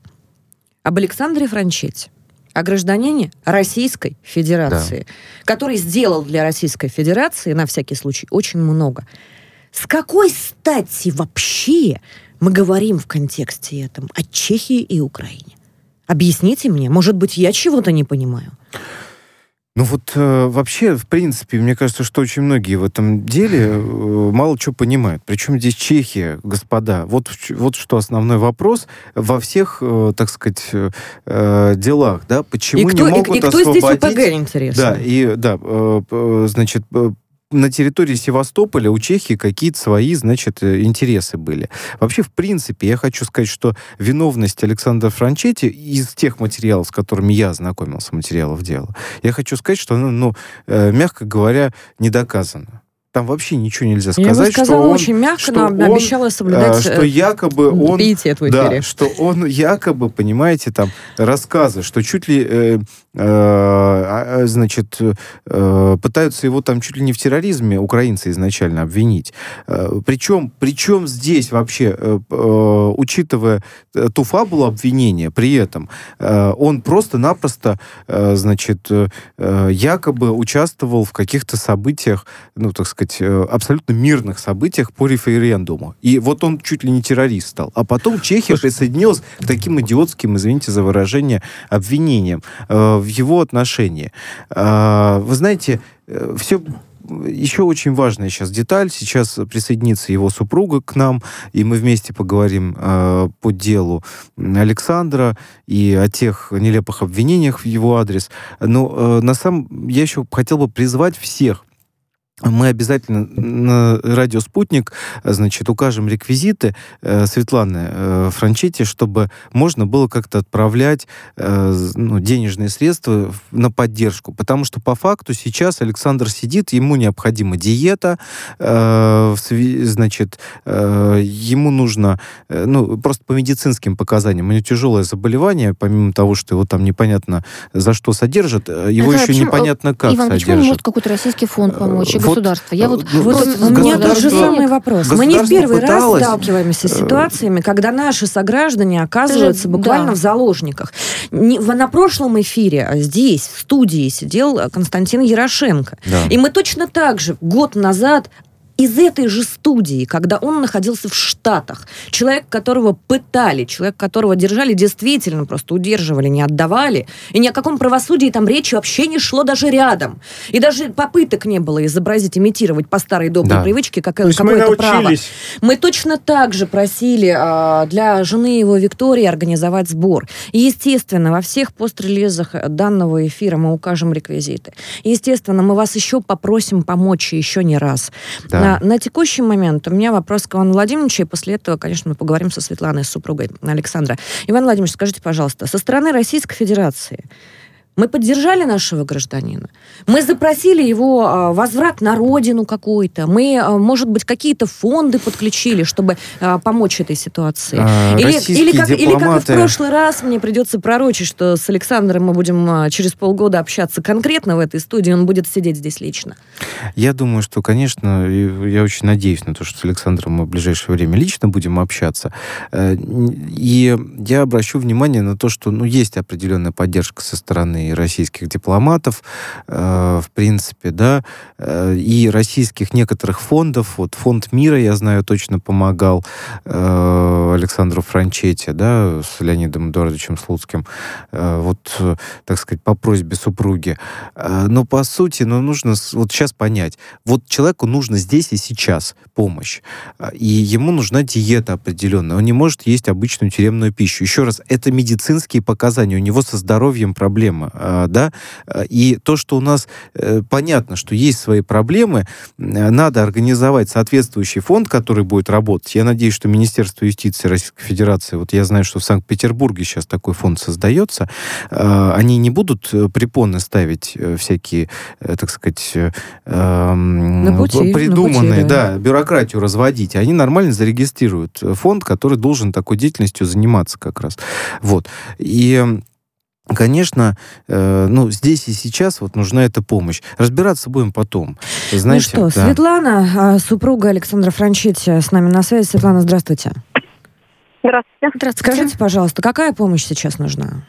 об Александре Франчетти, о гражданине Российской Федерации, который сделал для Российской Федерации, на всякий случай, очень много. С какой стати вообще мы говорим в контексте этом о Чехии и Украине? Объясните мне, может быть, я чего-то не понимаю? Ну вот э, вообще, в принципе, мне кажется, что очень многие в этом деле э, мало чего понимают. Причем здесь Чехия, господа. Вот, в- вот что основной вопрос во всех, э, так сказать, э, э, делах, да? Почему и кто, не могут и, и кто здесь освободить... ОПГ, интересно? Да, и да, э, э, значит, э, на территории Севастополя у Чехии какие-то свои, значит, э, интересы были. Вообще, в принципе, я хочу сказать, что виновность Александра Франчетти из тех материалов, с которыми я ознакомился, материалов дела, я хочу сказать, что она, ну, э, мягко говоря, не доказана. Там вообще ничего нельзя сказать, Я бы сказала что он, очень мягко, что но он, обещала соблюдать э, что якобы он, пиетет в эфире. да, что он якобы, понимаете, там рассказы, что чуть ли, э, э, значит, э, пытаются его там чуть ли не в терроризме украинцы изначально обвинить. Э, причем, причем здесь вообще, э, э, учитывая ту фабулу обвинения, при этом э, он просто-напросто, э, значит, э, якобы участвовал в каких-то событиях, ну, так сказать, абсолютно мирных событиях по референдуму. И вот он чуть ли не террорист стал. А потом Чехия присоединилась к таким идиотским, извините за выражение, обвинениям э, в его отношении. Э, вы знаете, э, все... Еще очень важная сейчас деталь. Сейчас присоединится его супруга к нам, и мы вместе поговорим э, по делу Александра и о тех нелепых обвинениях в его адрес. Но э, на самом... я еще хотел бы призвать всех мы обязательно на радио «Спутник», значит, укажем реквизиты э, Светланы э, Франчетти, чтобы можно было как-то отправлять э, ну, денежные средства на поддержку. Потому что по факту сейчас Александр сидит, ему необходима диета, э, значит, э, ему нужно, э, ну, просто по медицинским показаниям, у него тяжелое заболевание, помимо того, что его там непонятно за что содержат, его Это еще почему, непонятно как Иван, содержат. почему не может какой-то российский фонд помочь? Вот, Государство. Я вот, ну, Вот просто у меня тот же государство- самый вопрос. Мы не в государство первый раз пыталось, сталкиваемся с ситуациями, когда наши сограждане оказываются Же, буквально да. в заложниках. Не- в- На прошлом эфире а здесь, в студии, сидел Константин Ярошенко. Да. И мы точно так же год назад из этой же студии, когда он находился в Штатах, человек, которого пытали, человек, которого держали, действительно просто удерживали, не отдавали, и ни о каком правосудии там речи вообще не шло даже рядом. И даже попыток не было изобразить, имитировать по старой доброй Да. привычке как, То есть мы какое-то право. научились. Мы точно так же просили а, для жены его Виктории организовать сбор. И, естественно, во всех пострелизах данного эфира мы укажем реквизиты. И, естественно, мы вас еще попросим помочь еще не раз. Да. На, на текущий момент у меня вопрос к Ивану Владимировичу, и после этого, конечно, мы поговорим со Светланой, с супругой Александра. Иван Владимирович, скажите, пожалуйста, со стороны Российской Федерации мы поддержали нашего гражданина? Мы запросили его а, возврат на родину какой-то? Мы, а, может быть, какие-то фонды подключили, чтобы а, помочь этой ситуации? А, Или, российские или, как, или как и в дипломаты- прошлый раз мне придется пророчить, что с Александром мы будем а, через полгода общаться конкретно в этой студии, он будет сидеть здесь лично. Я думаю, что, конечно, и я очень надеюсь на то, что с Александром мы в ближайшее время лично будем общаться. Э, И я обращу внимание на то, что ну, есть определенная поддержка со стороны российских дипломатов, э, в принципе, да, э, и российских некоторых фондов. Вот фонд мира, я знаю, точно помогал э, Александру Франчетти, да, с Леонидом Эдуардовичем Слуцким, э, вот, э, так сказать, по просьбе супруги. Э, но, по сути, ну, нужно с- вот сейчас понять, вот человеку нужно здесь и сейчас помощь, э, и ему нужна диета определенная. Он не может есть обычную тюремную пищу. Еще раз, это медицинские показания, у него со здоровьем проблема, э, да, Э, и то, что у нас э, понятно, что есть свои проблемы, э, надо организовать соответствующий фонд, который будет работать. Я надеюсь, что Министерство юстиции Российской Федерации, вот я знаю, что в Санкт-Петербурге сейчас такой фонд создается, э, они не будут э, препоны ставить э, всякие, э, так сказать, э, эм, На пути, на придуманные, пути, да. да, бюрократию разводить. Они нормально зарегистрируют фонд, который должен такой деятельностью заниматься как раз. Вот. И конечно, э, ну, здесь и сейчас вот нужна эта помощь. Разбираться будем потом. Знаете, ну что, да. Светлана, а, супруга Александра Франчетти, с нами на связи. Светлана, здравствуйте. Здравствуйте. Здравствуйте. Скажите, пожалуйста, какая помощь сейчас нужна?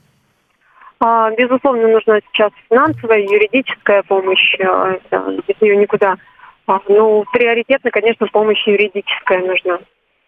А, безусловно, нужна сейчас финансовая, юридическая помощь. а, это, Без нее никуда. А, Ну, приоритетно, конечно, помощь юридическая нужна.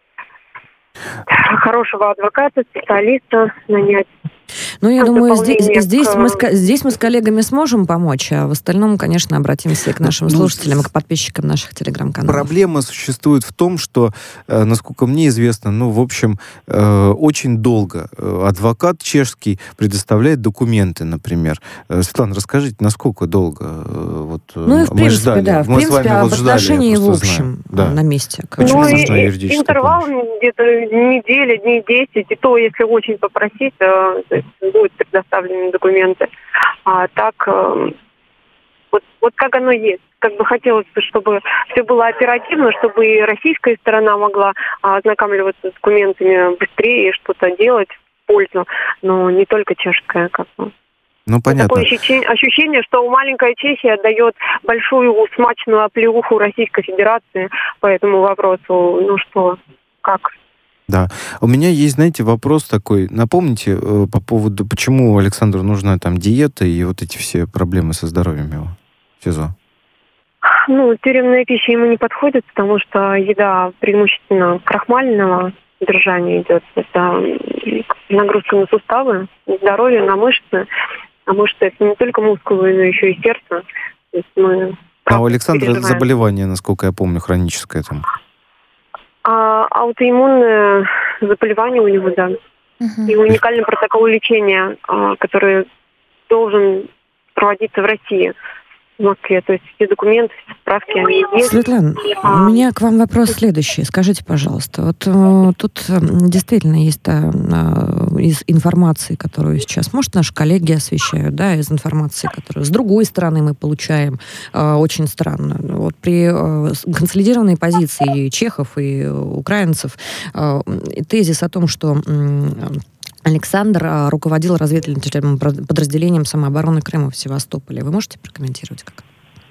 Хорошего адвоката, специалиста нанять. Ну, я В думаю, здесь, дополнение здесь, к- мы с, ко- здесь мы с коллегами сможем помочь, а в остальном, конечно, обратимся и к нашим Ну, слушателям, и к подписчикам наших телеграм-каналов. Проблема существует в том, что, э, насколько мне известно, ну, в общем, э, очень долго э, адвокат чешский предоставляет документы, например. Э, Светлана, расскажите, насколько долго э, вот, э, Ну и в мы принципе, ждали? да. В Мы с принципе, вами об вот ждали, я отношении в просто общем знаю. Да. на месте. к- Почему Ну, и- нужна и юридическая интервал где-то неделя, дней десять, и то, если очень попросить, э, то есть будут предоставлены документы. А так, э, вот, вот как оно есть. Как бы хотелось бы, чтобы все было оперативно, чтобы и российская сторона могла а, ознакомливаться с документами быстрее и что-то делать в пользу, но не только чешская, как бы. Ну, понятно. Такое ощущение, ощущение, что маленькая Чехия дает большую смачную оплеуху Российской Федерации по этому вопросу. Ну что, как? Да. У меня есть, знаете, вопрос такой. Напомните э, по поводу, почему Александру нужна там диета и вот эти все проблемы со здоровьем его в СИЗО? Ну, тюремная пища ему не подходит, потому что еда преимущественно крахмального содержания идет. Это нагрузка на суставы, на здоровье, на мышцы. А мышцы это не только мускулы, но еще и сердце. То есть мы А у Александра переживаем. заболевание, насколько я помню, хроническое там. А, аутоиммунное заболевание у него, да. Мгм. И уникальный протокол лечения, а, который должен проводиться в России. в Москве. То есть все документы, все справки, они есть. Светлана, А, у меня к вам вопрос следующий. Скажите, пожалуйста, вот э, тут э, действительно есть э, э, из информации, которую сейчас, может, наши коллеги освещают, да, из информации, которую с другой стороны мы получаем, э, очень странно. Вот при э, консолидированной позиции чехов и украинцев э, тезис о том, что э, Александр руководил разведывательным подразделением самообороны Крыма в Севастополе. Вы можете прокомментировать как?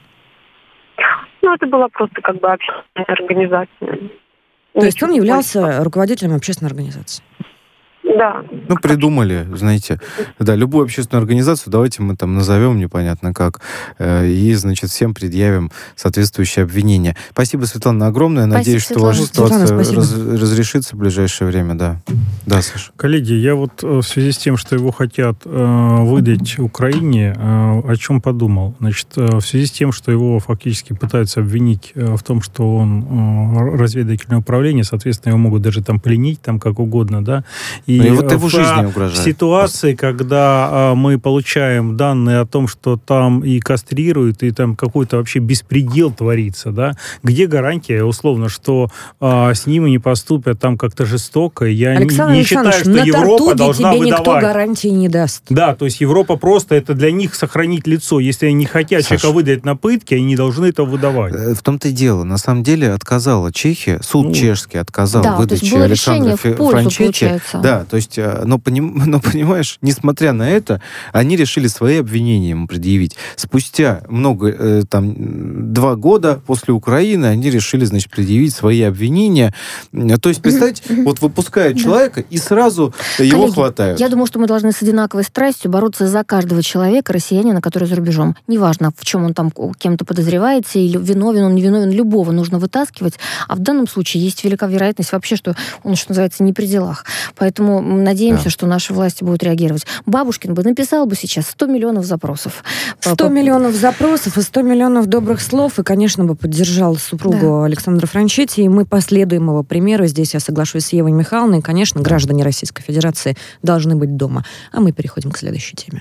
Ну, это была просто как бы общественная организация. То есть он являлся руководителем общественной организации? Да. Ну, придумали, знаете, да, любую общественную организацию давайте мы там назовем непонятно как, э, и, значит, всем предъявим соответствующие обвинения. Спасибо, Светлана, огромное. Спасибо, Надеюсь, что Светлана. ваша ситуация Светлана, раз, разрешится в ближайшее время, да. Да, Саша. Коллеги, я вот в связи с тем, что его хотят э, выдать Украине, э, о чем подумал. Значит, э, в связи с тем, что его фактически пытаются обвинить э, в том, что он э, разведывательное управление, соответственно, его могут даже там пленить, там как угодно, да. И, и вот его в, жизни угрожает. В ситуации, когда э, мы получаем данные о том, что там и кастрируют, и там какой-то вообще беспредел творится, да, где гарантия, условно, что э, с ними не поступят там как-то жестоко? Я Александр не, не считаю, что на Европа Тартуге должна тебе выдавать. никто гарантии не даст. Да, то есть Европа просто это для них сохранить лицо. Если они не хотят Саша, человека выдать на пытки, они не должны это выдавать. В том-то и дело. На самом деле отказала Чехия, суд Ну, чешский отказал да, выдаче было Александра решение в пользу, Франчетти. получается. Да, то есть, но, поним, но понимаешь, несмотря на это, они решили свои обвинения ему предъявить. Спустя много, там, два года после Украины они решили, значит, предъявить свои обвинения. То есть, представьте, вот выпускают человека и сразу его Коллеги, хватают. Я думаю, что мы должны с одинаковой страстью бороться за каждого человека, россиянина, который за рубежом. Неважно, в чем он там кем-то подозревается, или виновен он, не виновен, любого нужно вытаскивать. А в данном случае есть велика вероятность вообще, что он, что называется, не при делах. Поэтому надеемся, да. что наши власти будут реагировать. Бабушкин бы написал бы сейчас сто миллионов запросов. сто миллионов запросов и сто миллионов добрых слов, и, конечно, бы поддержал супругу да. Александра Франчетти, и мы последуем его примеру. Здесь я соглашусь с Евой Михайловной. Конечно, граждане Российской Федерации должны быть дома. А мы переходим к следующей теме.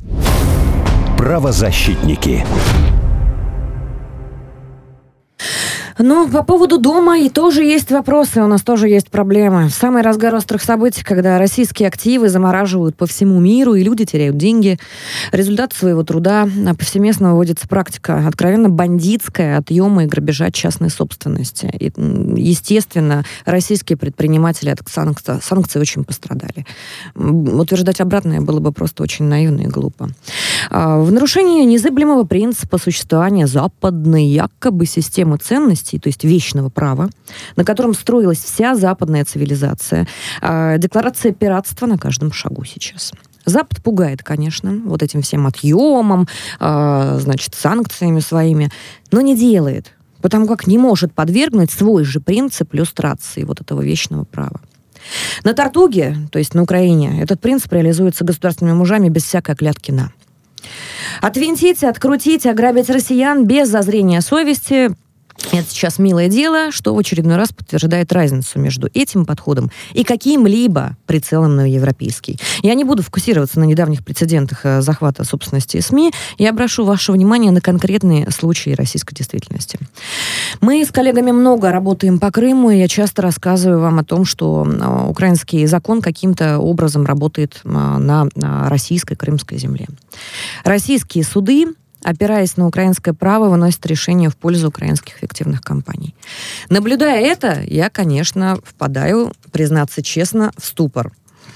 Правозащитники. Ну, по поводу дома и тоже есть вопросы, у нас тоже есть проблемы. В самый разгар острых событий, когда российские активы замораживают по всему миру, и люди теряют деньги, результат своего труда, повсеместно выводится практика откровенно бандитская отъема и грабежа частной собственности. И, естественно, российские предприниматели от санкций, санкций очень пострадали. Утверждать обратное было бы просто очень наивно и глупо. В нарушении незыблемого принципа существования западной якобы системы ценностей, то есть вечного права, на котором строилась вся западная цивилизация. Декларация пиратства на каждом шагу сейчас. Запад пугает, конечно, вот этим всем отъемом, значит, санкциями своими, но не делает, потому как не может подвергнуть свой же принцип люстрации вот этого вечного права. На Тартуге, то есть на Украине, этот принцип реализуется государственными мужами без всякой клятки «на». Отвинтить, открутить, ограбить россиян без зазрения совести – это сейчас милое дело, что в очередной раз подтверждает разницу между этим подходом и каким-либо прицелом на европейский. Я не буду фокусироваться на недавних прецедентах захвата собственности СМИ. Я обращу ваше внимание на конкретные случаи российской действительности. Мы с коллегами много работаем по Крыму, и я часто рассказываю вам о том, что украинский закон каким-то образом работает на российской крымской земле. Российские суды, опираясь на украинское право, выносят решения в пользу украинских фиктивных компаний. Наблюдая это, я, конечно, впадаю, признаться честно, в ступор.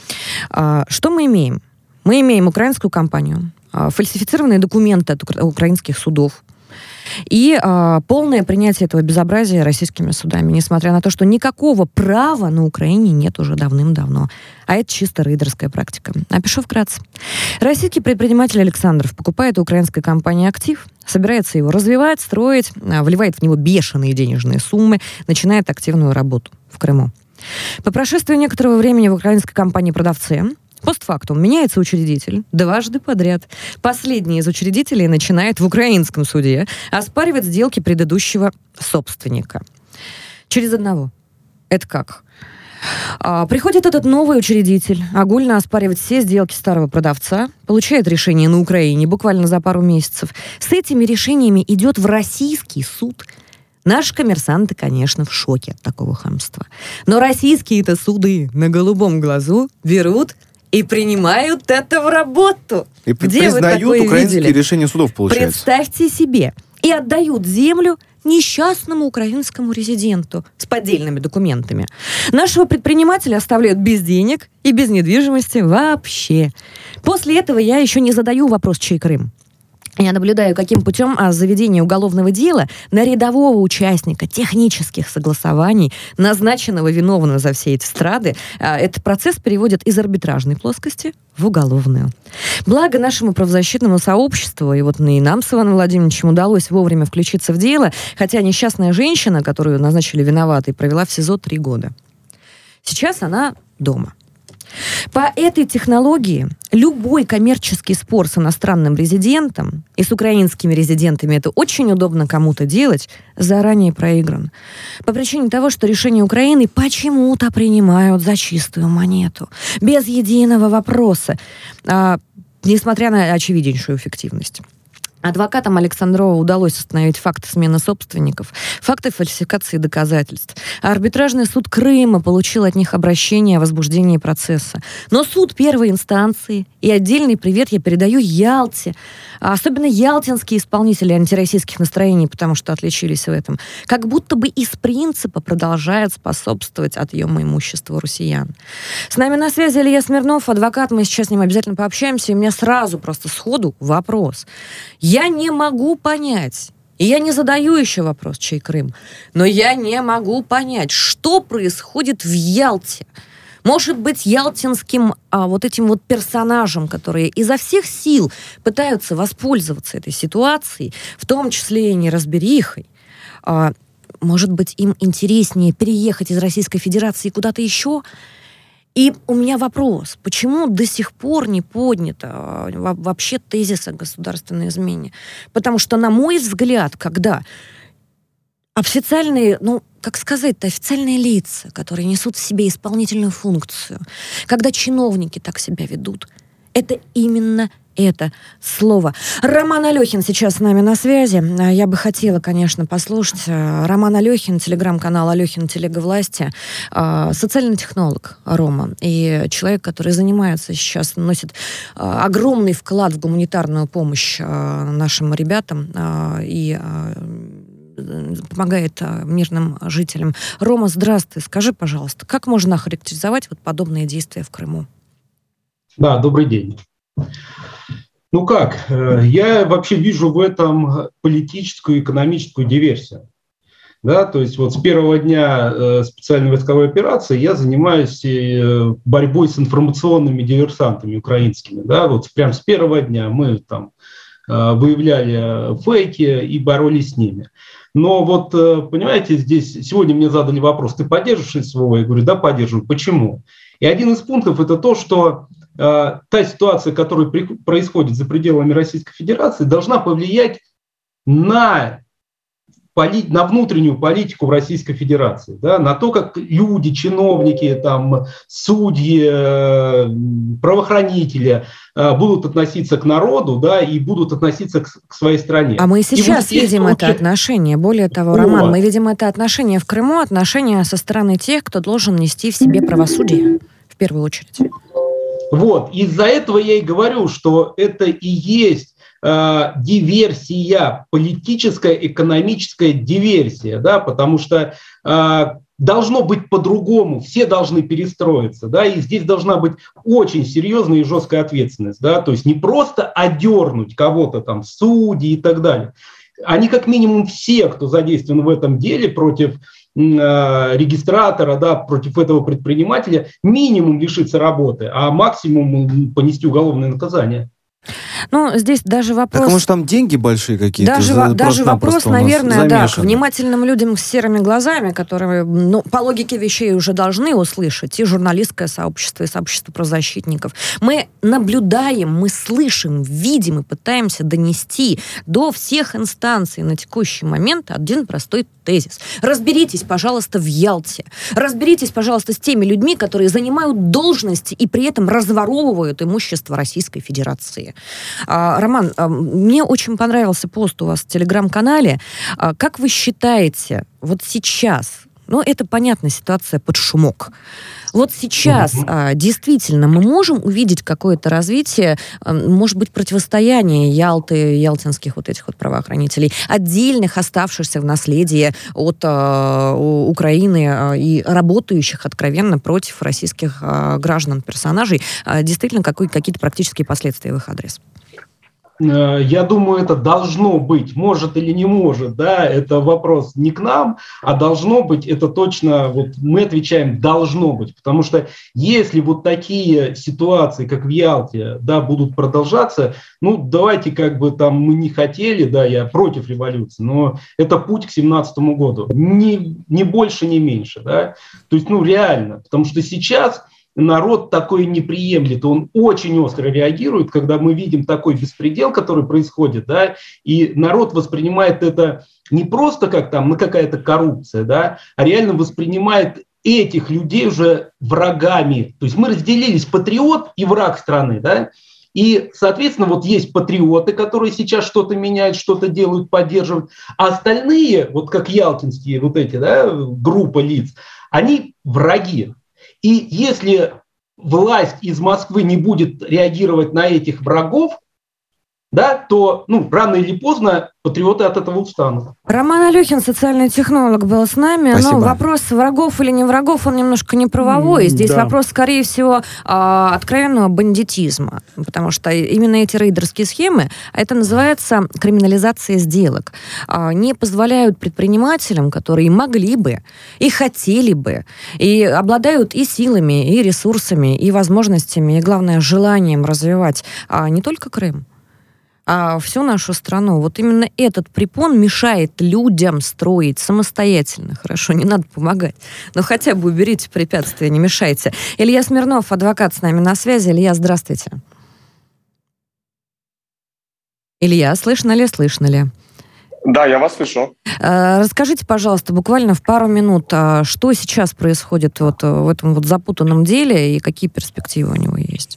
Что мы имеем? Мы имеем украинскую компанию, фальсифицированные документы от украинских судов и а, полное принятие этого безобразия российскими судами, несмотря на то, что никакого права на Украине нет уже давным-давно. А это чисто рейдерская практика. Опишу вкратце. Российский предприниматель Александров покупает у украинской компании актив, собирается его развивать, строить, вливает в него бешеные денежные суммы, начинает активную работу в Крыму. По прошествии некоторого времени в украинской компании-продавце постфактум меняется учредитель дважды подряд. Последний из учредителей начинает в украинском суде оспаривать сделки предыдущего собственника. Через одного. Это как? А, приходит этот новый учредитель, огульно оспаривает все сделки старого продавца, получает решение на Украине буквально за пару месяцев. С этими решениями идет в российский суд. Наши коммерсанты, конечно, в шоке от такого хамства. Но российские-то суды на голубом глазу берут и принимают это в работу. И Где признают вы такое украинские видели? решения судов, получается. Представьте себе. И отдают землю несчастному украинскому резиденту с поддельными документами. Нашего предпринимателя оставляют без денег и без недвижимости вообще. После этого я еще не задаю вопрос, чей Крым. Я наблюдаю, каким путем заведение уголовного дела на рядового участника технических согласований, назначенного виновным за все эти страды, этот процесс переводят из арбитражной плоскости в уголовную. Благо нашему правозащитному сообществу, и вот и нам с Иваном Владимировичем удалось вовремя включиться в дело, хотя несчастная женщина, которую назначили виноватой, провела в СИЗО три года. Сейчас она дома. По этой технологии любой коммерческий спор с иностранным резидентом и с украинскими резидентами, это очень удобно кому-то делать, заранее проигран. По причине того, что решения Украины почему-то принимают за чистую монету, без единого вопроса, а, несмотря на очевиднейшую эффективность. Адвокатам Александрова удалось установить факты смены собственников, факты фальсификации доказательств. А арбитражный суд Крыма получил от них обращение о возбуждении процесса. Но суд первой инстанции, и отдельный привет я передаю Ялте, а особенно ялтинские исполнители антироссийских настроений, потому что отличились в этом, как будто бы из принципа продолжают способствовать отъему имущества россиян. С нами на связи Илья Смирнов, адвокат, мы сейчас с ним обязательно пообщаемся, и у меня сразу просто сходу вопрос. Я не могу понять, и я не задаю еще вопрос, чей Крым, но я не могу понять, что происходит в Ялте. Может быть, ялтинским а, вот этим вот персонажам, которые изо всех сил пытаются воспользоваться этой ситуацией, в том числе и неразберихой, а, может быть, им интереснее переехать из Российской Федерации куда-то еще? И у меня вопрос, почему до сих пор не поднято вообще тезис о государственной измене? Потому что, на мой взгляд, когда официальные, ну, как сказать-то, официальные лица, которые несут в себе исполнительную функцию, когда чиновники так себя ведут, это именно это слово. Роман Алехин сейчас с нами на связи. Я бы хотела, конечно, послушать. Роман Алехин, телеграм-канал Алехин Телега Власти, социальный технолог Рома, и человек, который занимается сейчас, носит огромный вклад в гуманитарную помощь нашим ребятам и помогает мирным жителям. Рома, здравствуй. Скажи, пожалуйста, как можно охарактеризовать вот подобные действия в Крыму? Да, добрый день. Ну как, я вообще вижу в этом политическую и экономическую диверсию. Да, то есть вот с первого дня специальной войсковой операции я занимаюсь борьбой с информационными диверсантами украинскими. Да, вот прям с первого дня мы там выявляли фейки и боролись с ними. Но вот, понимаете, здесь сегодня мне задали вопрос, ты поддерживаешь СВО? Я говорю, да, поддерживаю. Почему? И один из пунктов – это то, что э, та ситуация, которая при, происходит за пределами Российской Федерации, должна повлиять на, поли, на внутреннюю политику в Российской Федерации, да, на то, как люди, чиновники, там, судьи, э, правоохранители э, будут относиться к народу, да, и будут относиться к, к своей стране. А мы сейчас вот видим вообще... это отношение. Более того, вот. Роман, мы видим это отношение в Крыму, отношение со стороны тех, кто должен нести в себе правосудие, в первую очередь. Вот, из-за этого я и говорю, что это и есть э, диверсия, политическая, экономическая диверсия, да, потому что э, должно быть по-другому, все должны перестроиться, да, и здесь должна быть очень серьезная и жесткая ответственность, да, то есть не просто одернуть кого-то там, судьи и так далее. Они как минимум все, кто задействован в этом деле против регистратора, да, против этого предпринимателя, минимум лишиться работы, а максимум понести уголовное наказание. Ну, здесь даже вопрос... Так, может, там деньги большие какие-то? Даже, во, даже вопрос, наверное, да, к замешаны. внимательным людям с серыми глазами, которые, ну, по логике вещей уже должны услышать, и журналистское сообщество, и сообщество правозащитников. Мы наблюдаем, мы слышим, видим и пытаемся донести до всех инстанций на текущий момент один простой тезис. Разберитесь, пожалуйста, в Ялте. Разберитесь, пожалуйста, с теми людьми, которые занимают должности и при этом разворовывают имущество Российской Федерации. А, Роман, а, мне очень понравился пост у вас в Телеграм-канале. А, как вы считаете, вот сейчас, ну, это понятная ситуация под шумок, вот сейчас а, действительно мы можем увидеть какое-то развитие, а, может быть, противостояние Ялты, ялтинских вот этих вот правоохранителей, отдельных, оставшихся в наследии от а, Украины а, и работающих откровенно против российских а, граждан персонажей, а, действительно какой, какие-то практические последствия в их адрес? Я думаю, это должно быть, может или не может, да, это вопрос не к нам, а должно быть, это точно, вот мы отвечаем, должно быть, потому что если вот такие ситуации, как в Ялте, да, будут продолжаться, ну, давайте как бы там мы не хотели, да, я против революции, но это путь к семнадцатому году, ни, ни больше, ни меньше, да, то есть, ну, реально, потому что сейчас... Народ такое не приемлет, он очень остро реагирует, когда мы видим такой беспредел, который происходит, да, и народ воспринимает это не просто как там, ну, какая-то коррупция, да, а реально воспринимает этих людей уже врагами. То есть мы разделились, патриот и враг страны, да, и, соответственно, вот есть патриоты, которые сейчас что-то меняют, что-то делают, поддерживают, а остальные, вот как ялтинские вот эти, да, группа лиц, они враги. И если власть из Москвы не будет реагировать на этих врагов, да, то ну, рано или поздно патриоты от этого устанут. Роман Алехин, социальный технолог, был с нами. Спасибо. Но вопрос врагов или не врагов, он немножко не правовой. Здесь да. вопрос, скорее всего, откровенного бандитизма. Потому что именно эти рейдерские схемы, это называется криминализация сделок, не позволяют предпринимателям, которые могли бы и хотели бы, и обладают и силами, и ресурсами, и возможностями, и, главное, желанием развивать не только Крым, а всю нашу страну. Вот именно этот препон мешает людям строить самостоятельно. Хорошо, не надо помогать, но хотя бы уберите препятствия, не мешайте. Илья Смирнов, адвокат, с нами на связи. Илья, здравствуйте. Илья, слышно ли, слышно ли? Да, я вас слышу. Расскажите, пожалуйста, буквально в пару минут, что сейчас происходит вот в этом вот запутанном деле и какие перспективы у него есть?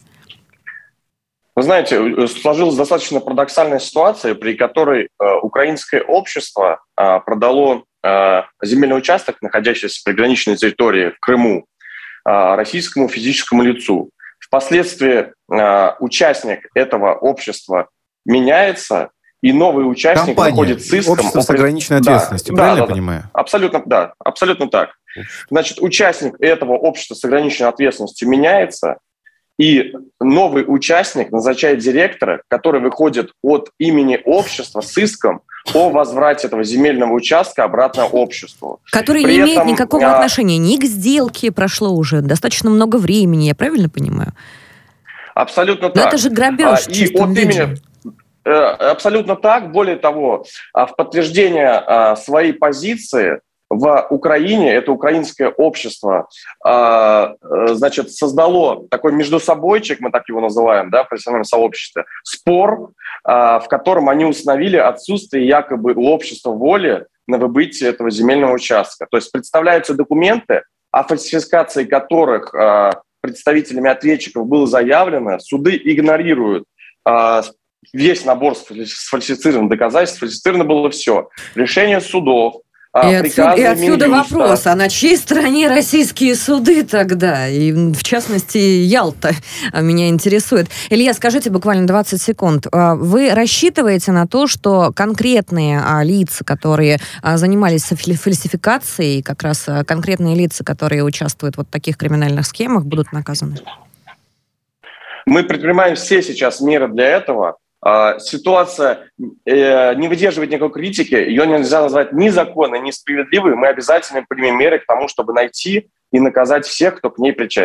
Вы знаете, сложилась достаточно парадоксальная ситуация, при которой э, украинское общество э, продало э, земельный участок, находящийся в приграничной территории в Крыму, э, российскому физическому лицу. Впоследствии э, участник этого общества меняется, и новый участник Компания, находит с иском... Общество с ограниченной ответственностью, да, правильно да, я понимаю? Да, абсолютно, да, абсолютно так. Значит, участник этого общества с ограниченной ответственностью меняется, и новый участник назначает директора, который выходит от имени общества с иском о возврате этого земельного участка обратно обществу. Который При не имеет этом, никакого а... отношения ни к сделке, прошло уже достаточно много времени, я правильно понимаю? Абсолютно Но так. это же грабеж. А, и от имени... Абсолютно так. Более того, в подтверждение своей позиции в Украине, это украинское общество, значит, создало такой междусобойчик, мы так его называем, да, в профессиональном сообществе, спор, в котором они установили отсутствие якобы у общества воли на выбытие этого земельного участка. То есть представляются документы, о фальсификации которых представителями ответчиков было заявлено, суды игнорируют весь набор сфальсифицированных доказательств, сфальсифицировано было все. Решение судов, И отсюда, и отсюда вопрос, а на чьей стороне российские суды тогда? И, в частности, Ялта меня интересует. Илья, скажите буквально двадцать секунд. Вы рассчитываете на то, что конкретные лица, которые занимались фальсификацией, как раз конкретные лица, которые участвуют в вот таких криминальных схемах, будут наказаны? Мы предпринимаем все сейчас меры для этого. Ситуация э, не выдерживает никакой критики, ее нельзя назвать ни законной, ни справедливой. Мы обязательно примем меры к тому, чтобы найти и наказать всех, кто к ней причастен.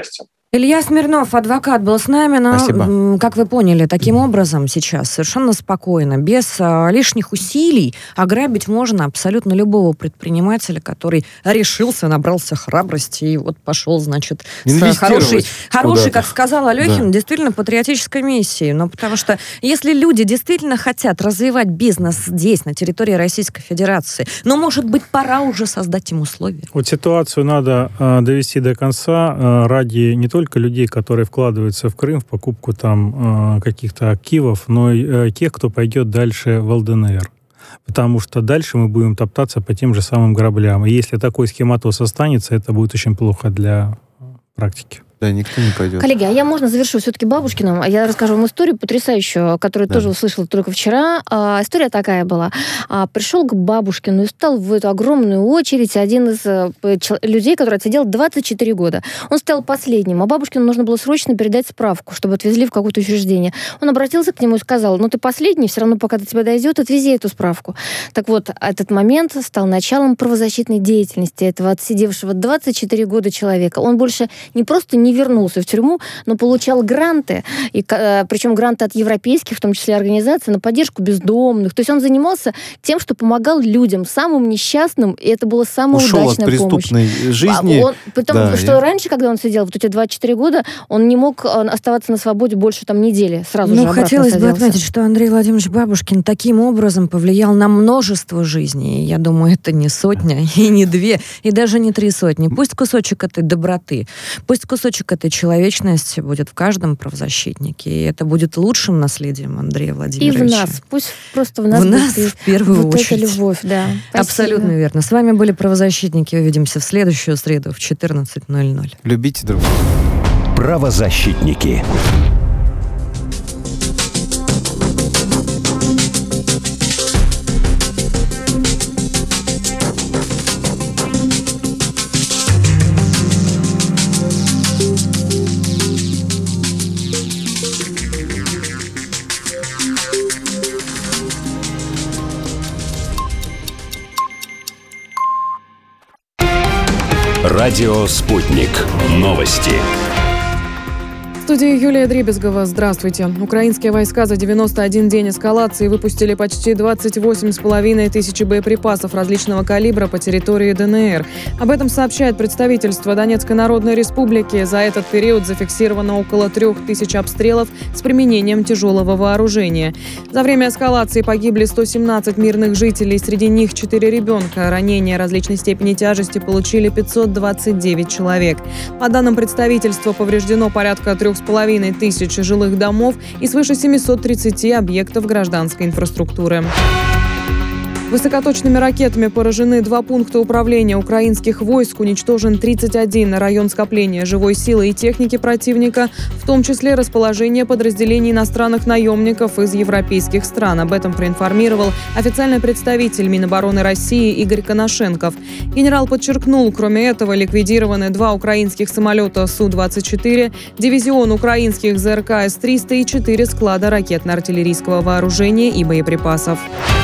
Илья Смирнов, адвокат, был с нами, но, Спасибо. Как вы поняли, таким образом сейчас совершенно спокойно, без а, лишних усилий ограбить можно абсолютно любого предпринимателя, который решился, набрался храбрости и вот пошел, значит, с хорошей, хорошей, как сказал Алехин, да. действительно патриотической миссией. Но потому что если люди действительно хотят развивать бизнес здесь, на территории Российской Федерации, но, может быть, пора уже создать им условия. Вот ситуацию надо э, довести до конца э, ради не только только людей, которые вкладываются в Крым, в покупку там э, каких-то активов, но и э, тех, кто пойдет дальше в ЛДНР. Потому что дальше мы будем топтаться по тем же самым граблям. И если такой схематоз останется, это будет очень плохо для практики. Да, никто не пойдет. Коллеги, а я, можно завершу все-таки Бабушкиным? Я расскажу вам историю потрясающую, которую да. тоже услышала только вчера. А, история такая была. А, пришел к Бабушкину и встал в эту огромную очередь один из а, людей, который отсидел двадцать четыре года. Он стоял последним, а Бабушкину нужно было срочно передать справку, чтобы отвезли в какое-то учреждение. Он обратился к нему и сказал: ну ты последний, все равно пока до тебя дойдет, отвези эту справку. Так вот, этот момент стал началом правозащитной деятельности этого отсидевшего двадцать четыре года человека. Он больше не просто не вернулся в тюрьму, но получал гранты, и, причем гранты от европейских, в том числе организаций, на поддержку бездомных. То есть он занимался тем, что помогал людям, самым несчастным, и это была самая Ушел удачная от преступной помощь. жизни. Он, потому да, что я... раньше, когда он сидел, вот эти двадцать четыре года, он не мог оставаться на свободе больше там недели, сразу ну, же обратно хотелось садился. бы отметить, что Андрей Владимирович Бабушкин таким образом повлиял на множество жизней. Я думаю, это не сотня, и не две, и даже не три сотни. Пусть кусочек этой доброты, пусть кусочек этой человечности будет в каждом правозащитнике, и это будет лучшим наследием Андрея Владимировича. И в нас, пусть просто в нас. В нас в первую вот очередь. эта любовь, да. Абсолютно верно. С вами были правозащитники. Увидимся в следующую среду в четырнадцать ноль ноль. Любите друг друга. Правозащитники. Радио «Спутник». Новости. В студии Юлия Дребезгова. Здравствуйте. Украинские войска за девяносто один день эскалации выпустили почти двадцать восемь с половиной тысяч боеприпасов различного калибра по территории ДНР. Об этом сообщает представительство Донецкой Народной Республики. За этот период зафиксировано около трех тысяч обстрелов с применением тяжелого вооружения. За время эскалации погибли сто семнадцать мирных жителей, среди них четыре ребенка. Ранения различной степени тяжести получили пятьсот двадцать девять человек. По данным представительства, повреждено порядка трех с половиной тысяч жилых домов и свыше семьсот тридцать объектов гражданской инфраструктуры. Высокоточными ракетами поражены два пункта управления украинских войск, уничтожен тридцать один район скопления живой силы и техники противника, в том числе расположение подразделений иностранных наемников из европейских стран. Об этом проинформировал официальный представитель Минобороны России Игорь Коношенков. Генерал подчеркнул, кроме этого ликвидированы два украинских самолета Су двадцать четыре, дивизион украинских ЗРК С триста и четыре склада ракетно-артиллерийского вооружения и боеприпасов.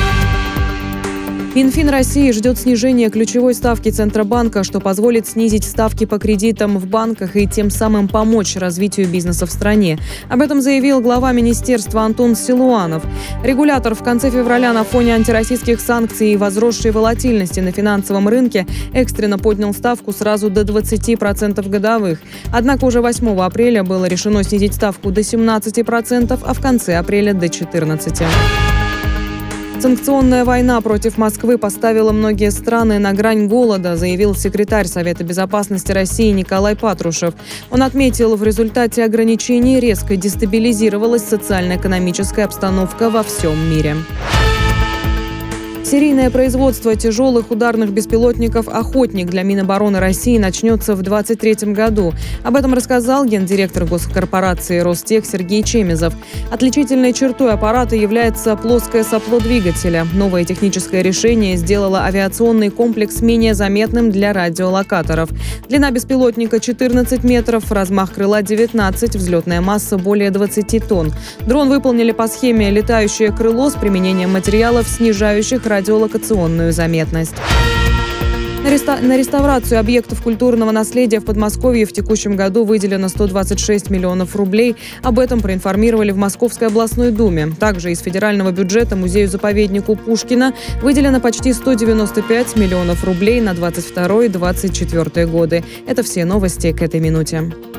Минфин России ждет снижения ключевой ставки Центробанка, что позволит снизить ставки по кредитам в банках и тем самым помочь развитию бизнеса в стране. Об этом заявил глава министерства Антон Силуанов. Регулятор в конце февраля на фоне антироссийских санкций и возросшей волатильности на финансовом рынке экстренно поднял ставку сразу до двадцати процентов годовых. Однако уже восьмого апреля было решено снизить ставку до семнадцати процентов, а в конце апреля до четырнадцати процентов. Санкционная война против Москвы поставила многие страны на грань голода, заявил секретарь Совета безопасности России Николай Патрушев. Он отметил, в результате ограничений резко дестабилизировалась социально-экономическая обстановка во всем мире. Серийное производство тяжелых ударных беспилотников «Охотник» для Минобороны России начнется в двадцать третьем году. Об этом рассказал гендиректор госкорпорации «Ростех» Сергей Чемезов. Отличительной чертой аппарата является плоское сопло двигателя. Новое техническое решение сделало авиационный комплекс менее заметным для радиолокаторов. Длина беспилотника четырнадцать метров, размах крыла девятнадцать, взлетная масса более двадцати тонн. Дрон выполнили по схеме «Летающее крыло» с применением материалов, снижающих радиолокационную заметность. На, реста... на реставрацию объектов культурного наследия в Подмосковье в текущем году выделено сто двадцать шесть миллионов рублей. Об этом проинформировали в Московской областной думе. Также из федерального бюджета музею-заповеднику Пушкина выделено почти сто девяносто пять миллионов рублей на двадцать второй - двадцать четвёртый годы. Это все новости к этой минуте.